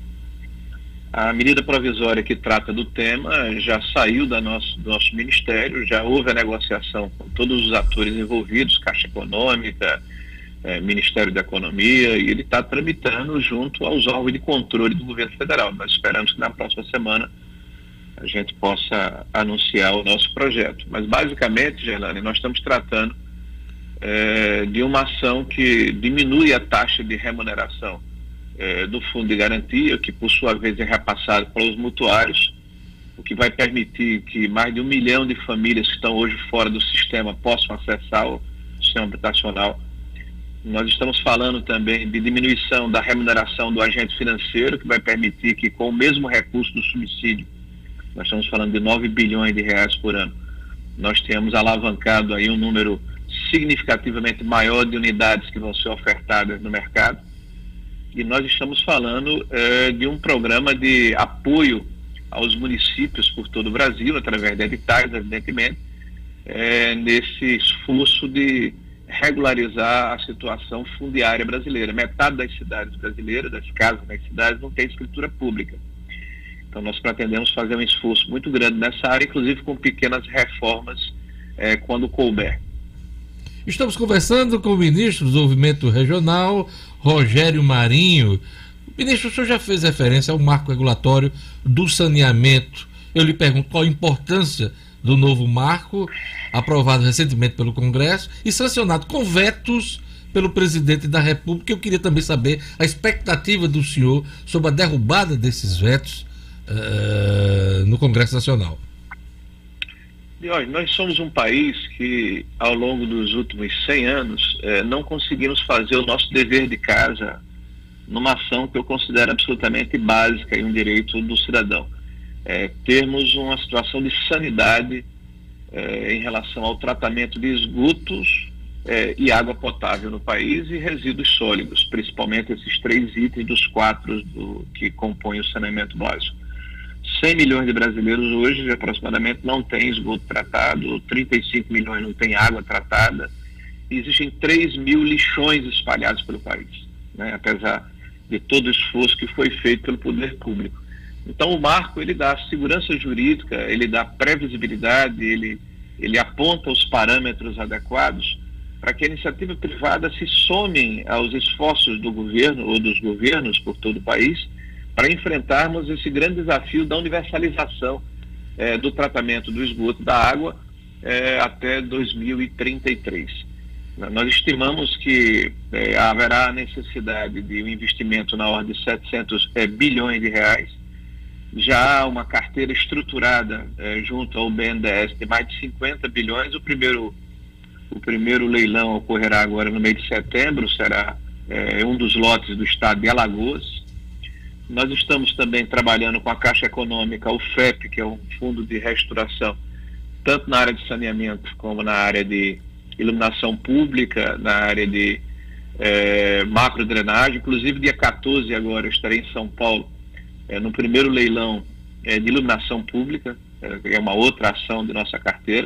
A medida provisória que trata do tema já saiu da nosso, do nosso ministério, já houve a negociação com todos os atores envolvidos, Caixa Econômica, eh, Ministério da Economia, e ele está tramitando junto aos órgãos de controle do governo federal. Nós esperamos que na próxima semana a gente possa anunciar o nosso projeto. Mas basicamente, Gerlane, nós estamos tratando eh, de uma ação que diminui a taxa de remuneração eh, do Fundo de Garantia, que por sua vez é repassado para os mutuários, o que vai permitir que mais de um milhão de famílias que estão hoje fora do sistema possam acessar o sistema habitacional. Nós estamos falando também de diminuição da remuneração do agente financeiro, que vai permitir que, com o mesmo recurso do subsídio, nós estamos falando de nove bilhões de reais por ano, nós temos alavancado aí um número significativamente maior de unidades que vão ser ofertadas no mercado. E nós estamos falando eh, de um programa de apoio aos municípios por todo o Brasil, através de editais, evidentemente, eh, nesse esforço de regularizar a situação fundiária brasileira. Metade das cidades brasileiras, das casas nas cidades, não tem escritura pública. Então nós pretendemos fazer um esforço muito grande nessa área, inclusive com pequenas reformas eh, quando couber.
Estamos conversando com o ministro do Desenvolvimento Regional, Rogério Marinho. Ministro, o senhor já fez referência ao marco regulatório do saneamento. Eu lhe pergunto qual a importância do novo marco, aprovado recentemente pelo Congresso e sancionado com vetos pelo presidente da República. Eu queria também saber a expectativa do senhor sobre a derrubada desses vetos Uh, no Congresso Nacional.
E, olha, nós somos um país que, ao longo dos últimos cem anos, eh, não conseguimos fazer o nosso dever de casa numa ação que eu considero absolutamente básica e um direito do cidadão. Eh, termos uma situação de sanidade eh, em relação ao tratamento de esgotos eh, e água potável no país e resíduos sólidos, principalmente esses três itens dos quatro do, que compõem o saneamento básico. cem milhões de brasileiros hoje, aproximadamente, não têm esgoto tratado, trinta e cinco milhões não têm água tratada, e existem três mil lixões espalhados pelo país, né, apesar de todo o esforço que foi feito pelo poder público. Então o marco, ele dá segurança jurídica, ele dá previsibilidade, ele, ele aponta os parâmetros adequados para que a iniciativa privada se some aos esforços do governo ou dos governos por todo o país, para enfrentarmos esse grande desafio da universalização eh, do tratamento do esgoto da água eh, até dois mil e trinta e três. Nós estimamos que eh, haverá necessidade de um investimento na ordem de setecentos eh, bilhões de reais. Já há uma carteira estruturada eh, junto ao B N D E S de mais de cinquenta bilhões. O primeiro, o primeiro leilão ocorrerá agora no mês de setembro, será eh, um dos lotes do estado de Alagoas. Nós estamos também trabalhando com a Caixa Econômica, o F E P, que é um fundo de restauração, tanto na área de saneamento como na área de iluminação pública, na área de eh, macrodrenagem. Inclusive, dia quatorze agora, eu estarei em São Paulo, eh, no primeiro leilão eh, de iluminação pública, eh, que é uma outra ação de nossa carteira.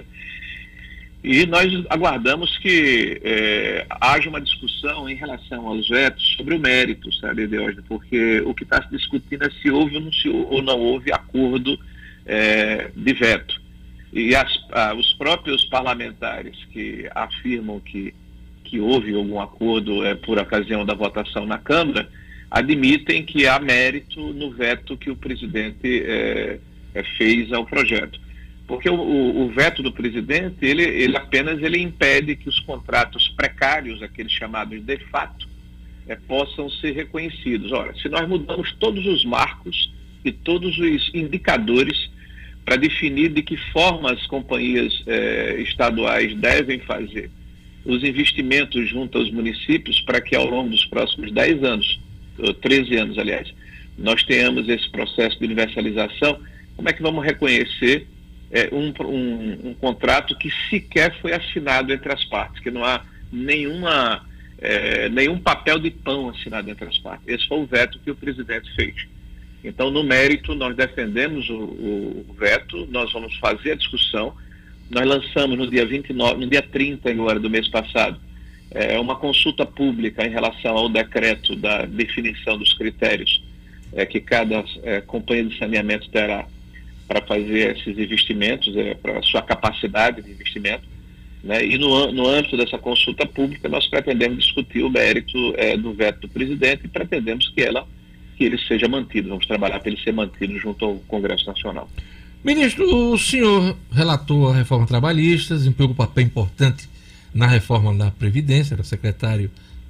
E nós aguardamos que eh, haja uma discussão em relação aos vetos sobre o mérito, sabe, Diógenes? Porque o que está se discutindo é se houve ou não, se, ou não houve acordo eh, de veto. E as, ah, os próprios parlamentares que afirmam que, que houve algum acordo eh, por ocasião da votação na Câmara, admitem que há mérito no veto que o presidente eh, eh, fez ao projeto. Porque o, o, o veto do presidente, ele, ele apenas ele impede que os contratos precários, aqueles chamados de fato, é, possam ser reconhecidos. Ora, se nós mudamos todos os marcos e todos os indicadores para definir de que forma as companhias é, estaduais devem fazer os investimentos junto aos municípios para que ao longo dos próximos dez anos, ou treze anos, aliás, nós tenhamos esse processo de universalização, como é que vamos reconhecer é, um, um, um contrato que sequer foi assinado entre as partes, que não há nenhuma, é, nenhum papel de pão assinado entre as partes? Esse foi o veto que o presidente fez. Então, no mérito, nós defendemos o, o veto, nós vamos fazer a discussão. Nós lançamos no dia vinte e nove, no dia trinta agora do mês passado, é, uma consulta pública em relação ao decreto da definição dos critérios é, que cada é, companhia de saneamento terá para fazer esses investimentos, é, para a sua capacidade de investimento, né? E no, no âmbito dessa consulta pública nós pretendemos discutir o mérito é, do veto do presidente e pretendemos que ela que ele seja mantido. Vamos trabalhar para ele ser mantido junto ao Congresso Nacional.
Ministro, o senhor relatou a reforma trabalhista, desempenhou um papel importante na reforma da Previdência, era secretário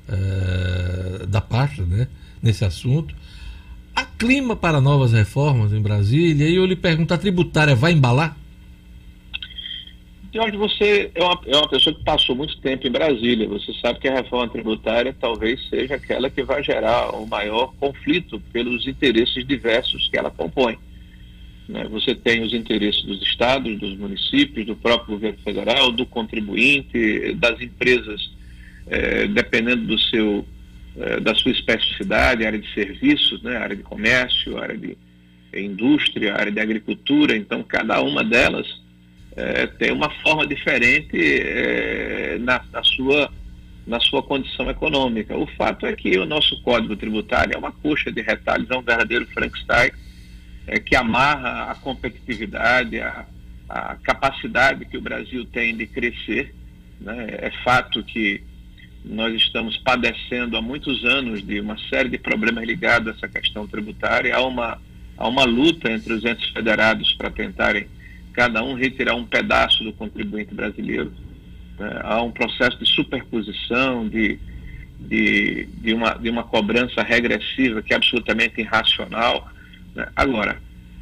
uh, da pasta, né, nesse assunto. Há clima para novas reformas em Brasília? E eu lhe pergunto, a tributária vai embalar?
Jorge, você é uma, é uma pessoa que passou muito tempo em Brasília. Você sabe que a reforma tributária talvez seja aquela que vai gerar o maior conflito pelos interesses diversos que ela compõe. Né? Você tem os interesses dos estados, dos municípios, do próprio governo federal, do contribuinte, das empresas, eh, dependendo do seu, eh, da sua especificidade, área de serviços, né? Área de comércio, área de indústria, área de agricultura. Então, cada uma delas É, tem uma forma diferente é, na, na, sua, na sua condição econômica. O fato é que o nosso Código Tributário é uma coxa de retalhos, é um verdadeiro Frankenstein é, que amarra a competitividade, a, a capacidade que o Brasil tem de crescer. Né? É fato que nós estamos padecendo há muitos anos de uma série de problemas ligados a essa questão tributária. Há uma, há uma luta entre os entes federados para tentarem cada um retirar um pedaço do contribuinte brasileiro. Né? Há um processo de superposição, de, de, de, uma, de uma cobrança regressiva que é absolutamente irracional. Né? Agora,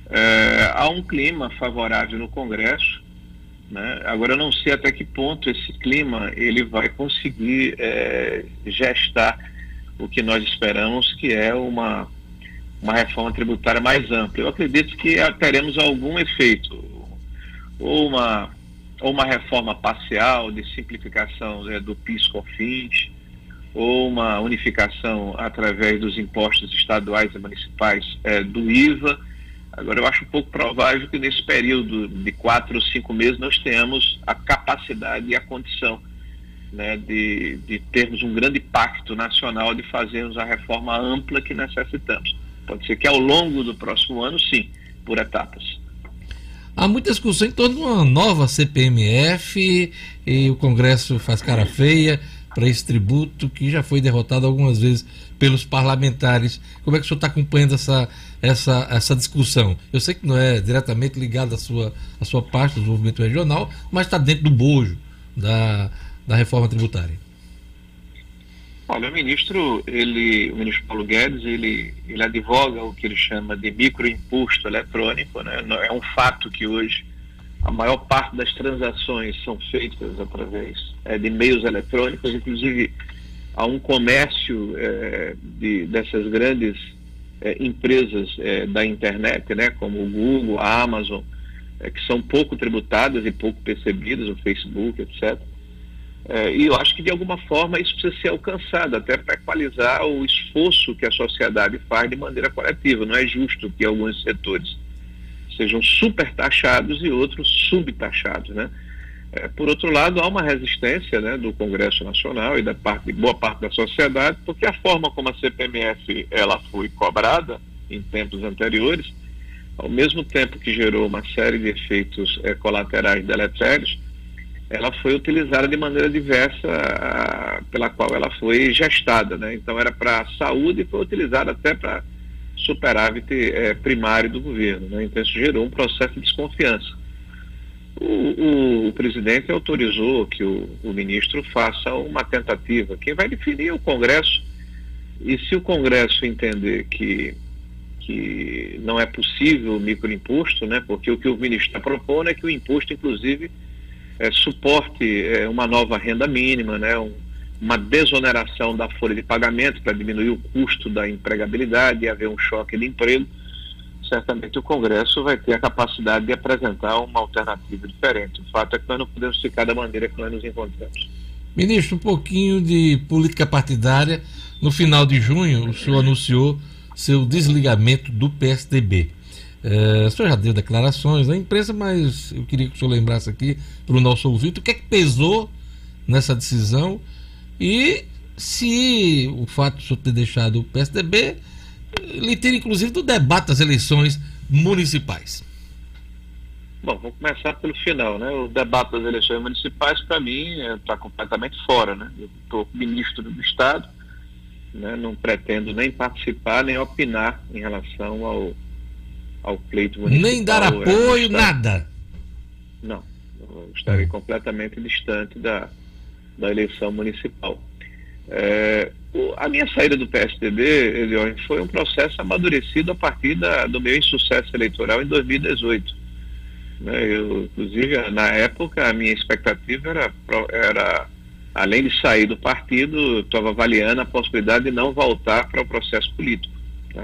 é, há um clima favorável no Congresso. Né? Agora, eu não sei até que ponto esse clima ele vai conseguir é, gestar o que nós esperamos, que é uma, uma reforma tributária mais ampla. Eu acredito que teremos algum efeito, ou uma, ou uma reforma parcial de simplificação né, do PIS/COFINS, ou uma unificação através dos impostos estaduais e municipais é, do I V A. Agora, eu acho um pouco provável que nesse período de quatro ou cinco meses nós tenhamos a capacidade e a condição né, de, de termos um grande pacto nacional de fazermos a reforma ampla que necessitamos. Pode ser que ao longo do próximo ano, sim, por etapas.
Há muita discussão em torno de uma nova C P M F e o Congresso faz cara feia para esse tributo que já foi derrotado algumas vezes pelos parlamentares. Como é que o senhor está acompanhando essa, essa, essa discussão? Eu sei que não é diretamente ligado à sua, à sua parte do desenvolvimento regional, mas está dentro do bojo da, da reforma tributária.
Olha, o ministro, ele, o ministro Paulo Guedes, ele, ele advoga o que ele chama de microimposto eletrônico, né? É um fato que hoje a maior parte das transações são feitas através é, de meios eletrônicos, inclusive há um comércio é, de, dessas grandes é, empresas é, da internet, né? Como o Google, a Amazon, é, que são pouco tributadas e pouco percebidas, o Facebook, etcétera. É, e eu acho que de alguma forma isso precisa ser alcançado, até para equalizar o esforço que a sociedade faz de maneira coletiva. Não é justo que alguns setores sejam super taxados e outros subtaxados, né? É, por outro lado, há uma resistência né, do Congresso Nacional e da parte, de boa parte da sociedade, porque a forma como a C P M F ela foi cobrada em tempos anteriores, ao mesmo tempo que gerou uma série de efeitos é, colaterais deletérios, ela foi utilizada de maneira diversa a, pela qual ela foi gestada, né? Então era para a saúde e foi utilizada até para superávit é, primário do governo, né? Então isso gerou um processo de desconfiança. O, o, o presidente autorizou que o, o ministro faça uma tentativa. Quem vai definir é o Congresso. E se o Congresso entender que, que não é possível o microimposto, né, porque o que o ministro está propondo é que o imposto, inclusive, é, suporte é, uma nova renda mínima, né, um, uma desoneração da folha de pagamento para diminuir o custo da empregabilidade e haver um choque de emprego, certamente o Congresso vai ter a capacidade de apresentar uma alternativa diferente. O fato é que nós não podemos ficar da maneira que nós nos encontramos.
Ministro, um pouquinho de política partidária. No final de junho, o senhor anunciou seu desligamento do P S D B. É, o senhor já deu declarações na imprensa, mas eu queria que o senhor lembrasse aqui para o nosso ouvinte o que é que pesou nessa decisão e se o fato de o senhor ter deixado o P S D B lhe tira inclusive do debate das eleições municipais.
Bom, vou começar pelo final, né? O debate das eleições municipais, para mim, está completamente fora, né? Eu estou ministro do Estado, né? Não pretendo nem participar, nem opinar em relação ao, ao pleito municipal.
Nem dar apoio, nada?
Não, eu estarei completamente distante da, da eleição municipal. É, o, a minha saída do P S D B, Elione, foi um processo amadurecido a partir da, do meu insucesso eleitoral em dois mil e dezoito. Né, eu, inclusive, na época, a minha expectativa era, era além de sair do partido, eu estava avaliando a possibilidade de não voltar para o processo político. Né?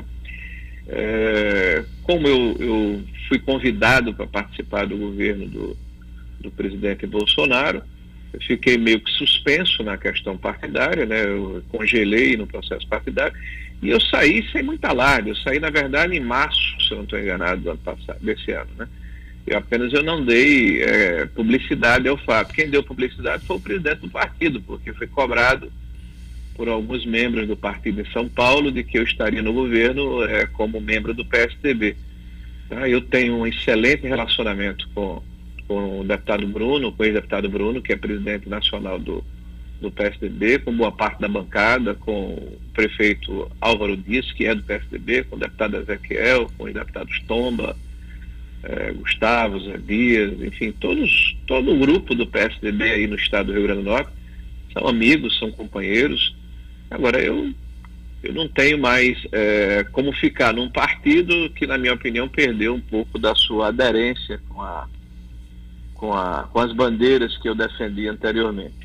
É, como eu, eu fui convidado para participar do governo do, do presidente Bolsonaro, eu fiquei meio que suspenso na questão partidária, né? Eu congelei no processo partidário e eu saí sem muita alarde. Eu saí, na verdade, em março, se eu não estou enganado, do ano passado, desse ano, né? Eu apenas eu não dei é, publicidade ao fato. Quem deu publicidade foi o presidente do partido, porque foi cobrado por alguns membros do partido em São Paulo de que eu estaria no governo é, como membro do P S D B. Tá? Eu tenho um excelente relacionamento com com o deputado Bruno, com o ex-deputado Bruno, que é presidente nacional do, do P S D B, com boa parte da bancada, com o prefeito Álvaro Dias, que é do P S D B, com o deputado Ezequiel, com os deputados Tomba, eh, Gustavo, Zé Dias, enfim, todos, todo o grupo do P S D B aí no estado do Rio Grande do Norte, são amigos, são companheiros. Agora, eu, eu não tenho mais eh, como ficar num partido que, na minha opinião, perdeu um pouco da sua aderência com a Com, a, com as bandeiras que eu defendi anteriormente.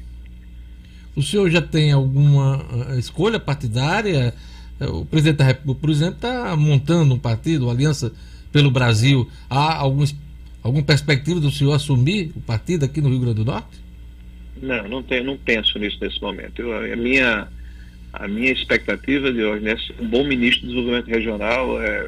O senhor já tem alguma escolha partidária? O presidente da República, por exemplo, está montando um partido, uma Aliança pelo Brasil. Há alguns, alguma perspectiva do senhor assumir o partido aqui no Rio Grande do Norte?
Não, não, tenho, não penso nisso nesse momento. Eu, a, minha, a minha expectativa de hoje é ser um bom ministro do desenvolvimento regional. É,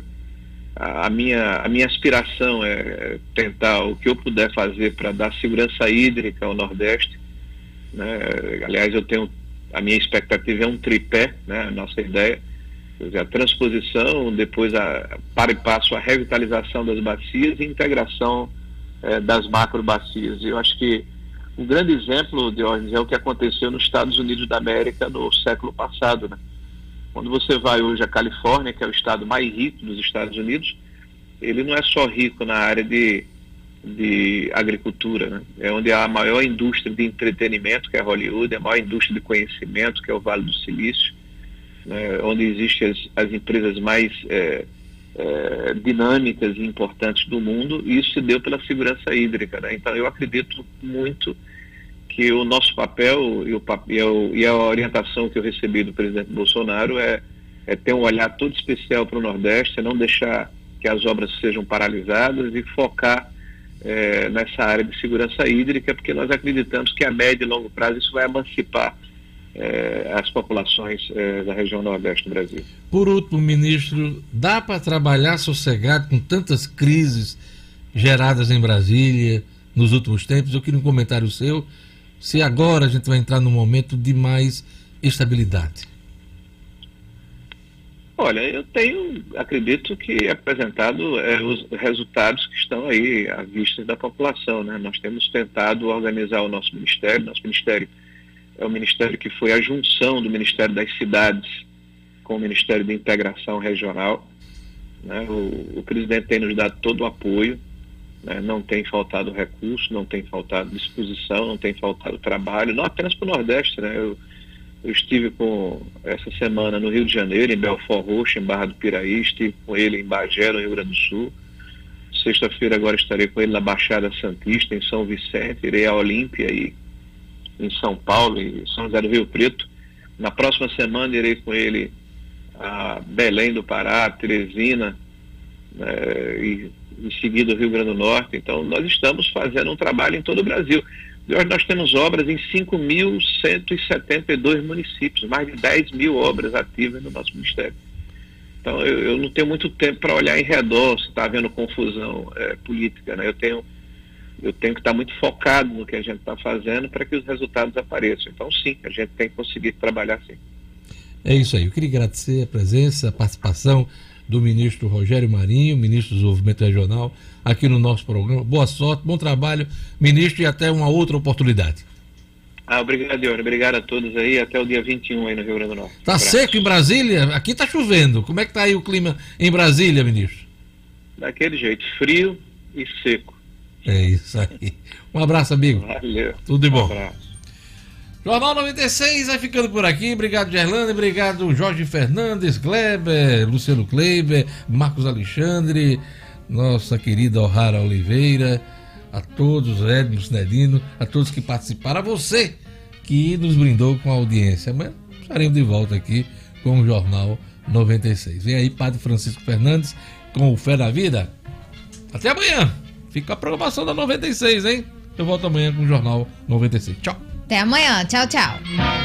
A minha, a minha aspiração é tentar o que eu puder fazer para dar segurança hídrica ao Nordeste, né? Aliás, eu tenho, a minha expectativa é um tripé, né? A nossa ideia, quer dizer, a transposição, depois a, para e passo a revitalização das bacias e integração é, das macro-bacias. Eu acho que um grande exemplo, Diógenes, é o que aconteceu nos Estados Unidos da América no século passado, né? Quando você vai hoje à Califórnia, que é o estado mais rico dos Estados Unidos, ele não é só rico na área de, de agricultura, né? É onde há a maior indústria de entretenimento, que é Hollywood, a maior indústria de conhecimento, que é o Vale do Silício, né? Onde existem as, as empresas mais é, é, dinâmicas e importantes do mundo, e isso se deu pela segurança hídrica, né? Então eu acredito muito que o nosso papel e, o, e, a, e a orientação que eu recebi do presidente Bolsonaro é, é ter um olhar todo especial para o Nordeste, é não deixar que as obras sejam paralisadas e focar é, nessa área de segurança hídrica, porque nós acreditamos que a médio e longo prazo isso vai emancipar é, as populações é, da região Nordeste do Brasil.
Por último, ministro, dá para trabalhar sossegado com tantas crises geradas em Brasília nos últimos tempos? Eu queria um comentário seu, se agora a gente vai entrar num momento de mais estabilidade.
Olha, eu tenho, acredito que apresentado é, os resultados que estão aí à vista da população, né? Nós temos tentado organizar o nosso ministério. Nosso ministério é o ministério que foi a junção do Ministério das Cidades com o Ministério de Integração Regional, né? O, o presidente tem nos dado todo o apoio, né? Não tem faltado recurso, não tem faltado disposição, não tem faltado trabalho, não apenas para o Nordeste, né? Eu, Eu estive com essa semana no Rio de Janeiro, em Belfort Roxo, em Barra do Piraí, estive com ele em Bagé, no Rio Grande do Sul. Sexta-feira agora estarei com ele na Baixada Santista, em São Vicente, irei a Olímpia e em São Paulo e São José do Rio Preto. Na próxima semana irei com ele a Belém do Pará, Teresina, né, e em seguida o Rio Grande do Norte. Então nós estamos fazendo um trabalho em todo o Brasil. E hoje nós temos obras em cinco mil cento e setenta e dois municípios, mais de dez mil obras ativas no nosso Ministério. Então eu, eu não tenho muito tempo para olhar em redor se está havendo confusão é, política, né? Eu tenho, eu tenho que estar muito focado no que a gente está fazendo para que os resultados apareçam. Então sim, a gente tem que conseguir trabalhar sim.
É isso aí. Eu queria agradecer a presença, a participação do ministro Rogério Marinho, ministro do Desenvolvimento Regional, aqui no nosso programa. Boa sorte, bom trabalho, ministro, e até uma outra oportunidade.
Ah, obrigado, Dior. Obrigado a todos aí. Até o dia vinte e um aí no Rio Grande do Norte.
Tá seco em Brasília? Aqui tá chovendo. Como é que tá aí o clima em Brasília, ministro?
Daquele jeito, frio e seco.
É isso aí. Um abraço, amigo.
Valeu.
Tudo de bom.
Um abraço.
Jornal noventa e seis vai ficando por aqui. Obrigado, Gerlane. Obrigado, Jorge Fernandes, Kleber, Luciano Kleiber, Marcos Alexandre, nossa querida O'Hara Oliveira, a todos, Edmo Sinedino, a todos que participaram, a você que nos brindou com a audiência. Amanhã estaremos de volta aqui com o Jornal noventa e seis. Vem aí, Padre Francisco Fernandes, com o Fé da Vida. Até amanhã. Fica com a programação da noventa e seis, hein? Eu volto amanhã com o Jornal noventa e seis. Tchau.
Até amanhã. Tchau, tchau.